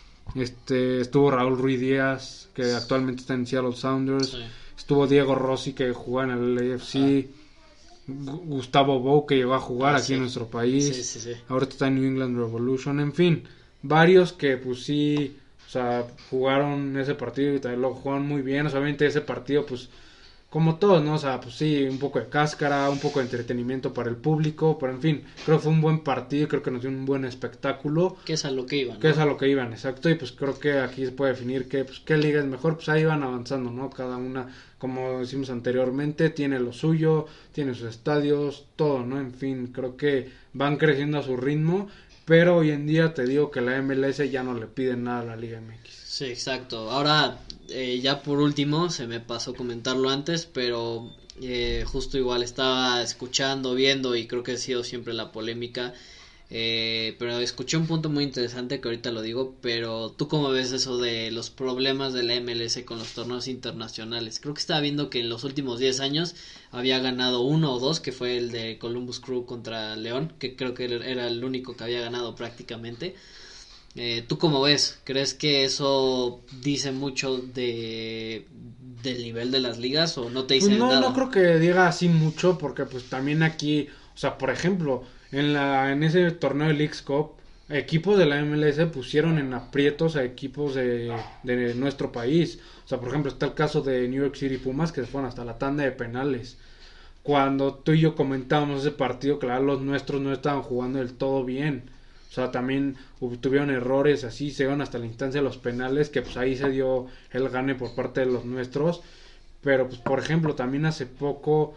Este, estuvo Raúl Ruiz Díaz, que actualmente está en Seattle Sounders. Sí. Estuvo Diego Rossi, que juega en el L A F C. Gu- Gustavo Bou, que llegó a jugar Ah, aquí sí. en nuestro país. Sí, sí, sí. Ahorita está en New England Revolution. En fin, varios que pues sí, o sea, jugaron ese partido y también lo jugaron muy bien. O sea, obviamente ese partido, pues, como todos, ¿no? O sea, pues sí, un poco de cáscara, un poco de entretenimiento para el público. Pero en fin, creo que fue un buen partido y creo que nos dio un buen espectáculo. Que es a lo que iban, Que ¿no? es a lo que iban, exacto, y pues creo que aquí se puede definir que pues qué liga es mejor, pues ahí van avanzando, ¿no? Cada una, como decimos anteriormente, tiene lo suyo, tiene sus estadios, todo, ¿no? En fin, creo que van creciendo a su ritmo, pero hoy en día te digo que la M L S ya no le pide nada a la Liga M X. Sí, exacto. Ahora, eh, ya por último, se me pasó comentarlo antes, pero eh, justo igual estaba escuchando, viendo y creo que ha sido siempre la polémica. Eh, pero escuché un punto muy interesante que ahorita lo digo, pero ¿tú cómo ves eso de los problemas de la M L S con los torneos internacionales? Creo que estaba viendo que en los últimos diez años había ganado uno o dos, que fue el de Columbus Crew contra León, que creo que era el único que había ganado prácticamente. Eh, ¿tú cómo ves? ¿Crees que eso dice mucho de del nivel de las ligas o no te dice Pues no, nada? no creo que diga así mucho, porque pues también aquí, o sea, por ejemplo, en la en ese torneo de Leagues Cup, equipos de la M L S pusieron en aprietos a equipos de, de nuestro país. O sea, por ejemplo, está el caso de New York City Pumas, que se fueron hasta la tanda de penales. Cuando tú y yo comentábamos ese partido, claro, los nuestros no estaban jugando del todo bien. O sea, también hubo- tuvieron errores así, se iban hasta la instancia de los penales, que pues ahí se dio el gane por parte de los nuestros. Pero pues por ejemplo, también hace poco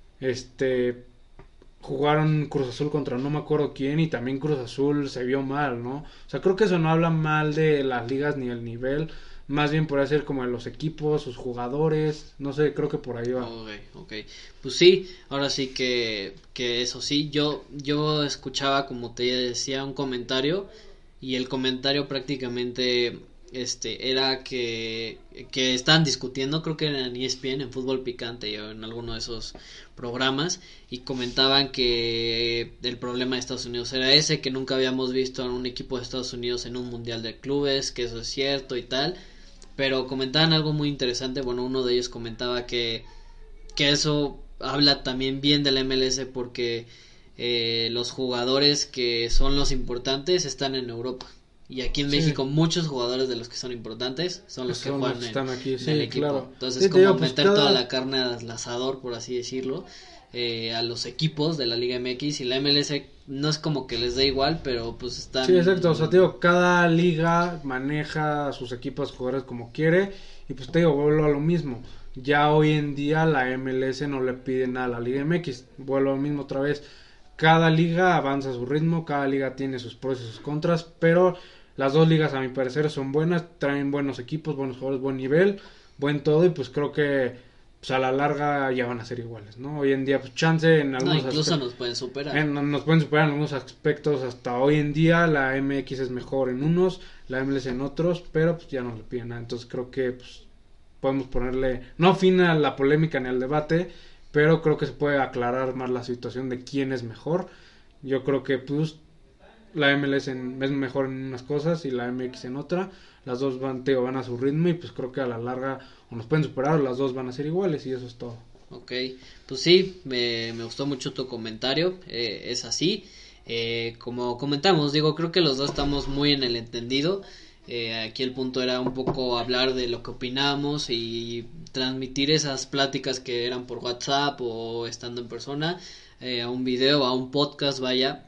este jugaron Cruz Azul contra no me acuerdo quién y también Cruz Azul se vio mal, ¿no? O sea, creo que eso no habla mal de las ligas ni el nivel, más bien podría ser como de los equipos, sus jugadores, no sé, creo que por ahí va. Ok, ok. Pues sí, ahora sí que, que eso sí, yo, yo escuchaba como te decía un comentario y el comentario prácticamente este era que que estaban discutiendo, creo que era en E S P N, en Fútbol Picante o en alguno de esos programas, y comentaban que el problema de Estados Unidos era ese, que nunca habíamos visto a un equipo de Estados Unidos en un mundial de clubes, que eso es cierto y tal, pero comentaban algo muy interesante. Bueno, uno de ellos comentaba que que eso habla también bien de la M L S porque eh, los jugadores que son los importantes están en Europa. Y aquí en sí. México muchos jugadores de los que son importantes son los son que juegan los que en, aquí. Sí, en el equipo. Claro. Entonces, sí, como digo, meter pues cada... toda la carne al asador, por así decirlo, eh, a los equipos de la Liga M X, y la M L S no es como que les dé igual, pero pues están... Sí, exacto, o sea, te digo, cada liga maneja a sus equipos, jugadores como quiere, y pues te digo, vuelvo a lo mismo. Ya hoy en día la M L S no le pide nada a la Liga M X, vuelvo a lo mismo otra vez. Cada liga avanza a su ritmo, cada liga tiene sus pros y sus contras, pero... Las dos ligas, a mi parecer, son buenas, traen buenos equipos, buenos jugadores, buen nivel, buen todo, y pues creo que pues a la larga ya van a ser iguales, ¿no? Hoy en día, pues chance en algunos no, incluso nos pueden superar. En, nos pueden superar en algunos aspectos. Hasta hoy en día la M X es mejor en unos, la M L S en otros, pero pues ya no le piden nada. Entonces creo que pues podemos ponerle, no fin a la polémica ni al debate, pero creo que se puede aclarar más la situación de quién es mejor. Yo creo que pues la M L S en, es mejor en unas cosas y la M X en otra. Las dos van, teo, van a su ritmo, y pues creo que a la larga o nos pueden superar o las dos van a ser iguales, y eso es todo. Ok, pues sí, me, me gustó mucho tu comentario, eh, es así. Eh, como comentamos, digo, creo que los dos estamos muy en el entendido. Eh, aquí el punto era un poco hablar de lo que opinamos y transmitir esas pláticas que eran por WhatsApp o estando en persona, eh, a un video, a un podcast, vaya.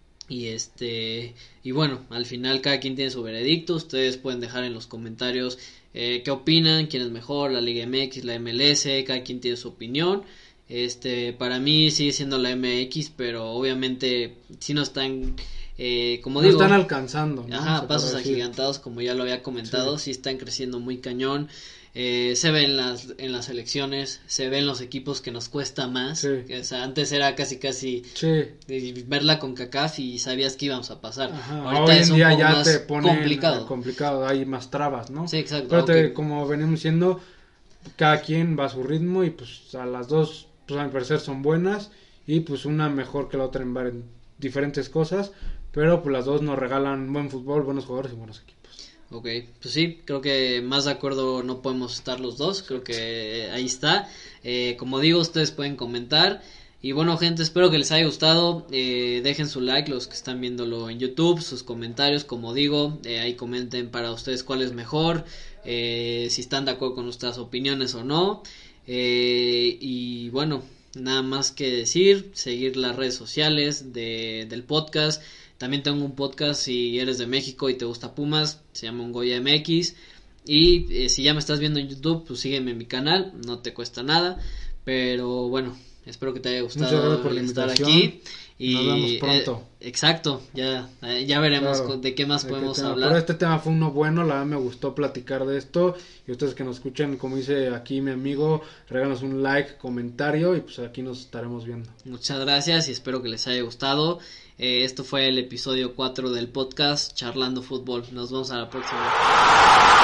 Y este y bueno, al final cada quien tiene su veredicto. Ustedes pueden dejar en los comentarios eh, qué opinan, quién es mejor, la Liga M X, la M L S, cada quien tiene su opinión. Este, para mí sigue siendo la M X, pero obviamente si no están, eh, como no digo, están alcanzando, ¿no? Ajá, pasos agigantados, como ya lo había comentado, sí, sí están creciendo muy cañón. Eh, se ve en las en las elecciones, se ven los equipos que nos cuesta más, sí. O sea, antes era casi casi sí. verla con CACAF y sabías que íbamos a pasar. Ajá. Ahorita hoy en es un día poco ya más te ponen complicado. complicado, hay más trabas, ¿no? Sí, exacto. Pero okay. te, como venimos diciendo, cada quien va a su ritmo, y pues a las dos, pues a mi parecer son buenas, y pues una mejor que la otra en, en diferentes cosas, pero pues las dos nos regalan buen fútbol, buenos jugadores y buenos equipos. Ok, pues sí, creo que más de acuerdo no podemos estar los dos, creo que ahí está. Eh, como digo, ustedes pueden comentar. Y bueno, gente, espero que les haya gustado. Eh, dejen su like los que están viéndolo en YouTube, sus comentarios, como digo, eh, ahí comenten para ustedes cuál es mejor, eh, si están de acuerdo con nuestras opiniones o no. Eh, y bueno, nada más que decir, seguir las redes sociales de, del podcast. También tengo un podcast si eres de México y te gusta Pumas, se llama Ungoya M X. Y eh, si ya me estás viendo en YouTube, pues sígueme en mi canal, no te cuesta nada. Pero bueno, espero que te haya gustado por estar aquí. Y nos vemos pronto. Eh, exacto, ya, eh, ya veremos claro, de qué más de podemos qué hablar. Pero este tema fue uno bueno, la verdad me gustó platicar de esto. Y ustedes que nos escuchan, como dice aquí mi amigo, regálanos un like, comentario, y pues aquí nos estaremos viendo. Muchas gracias y espero que les haya gustado. Eh, esto fue el episodio cuatro del podcast Charlando Fútbol. Nos vemos a la próxima.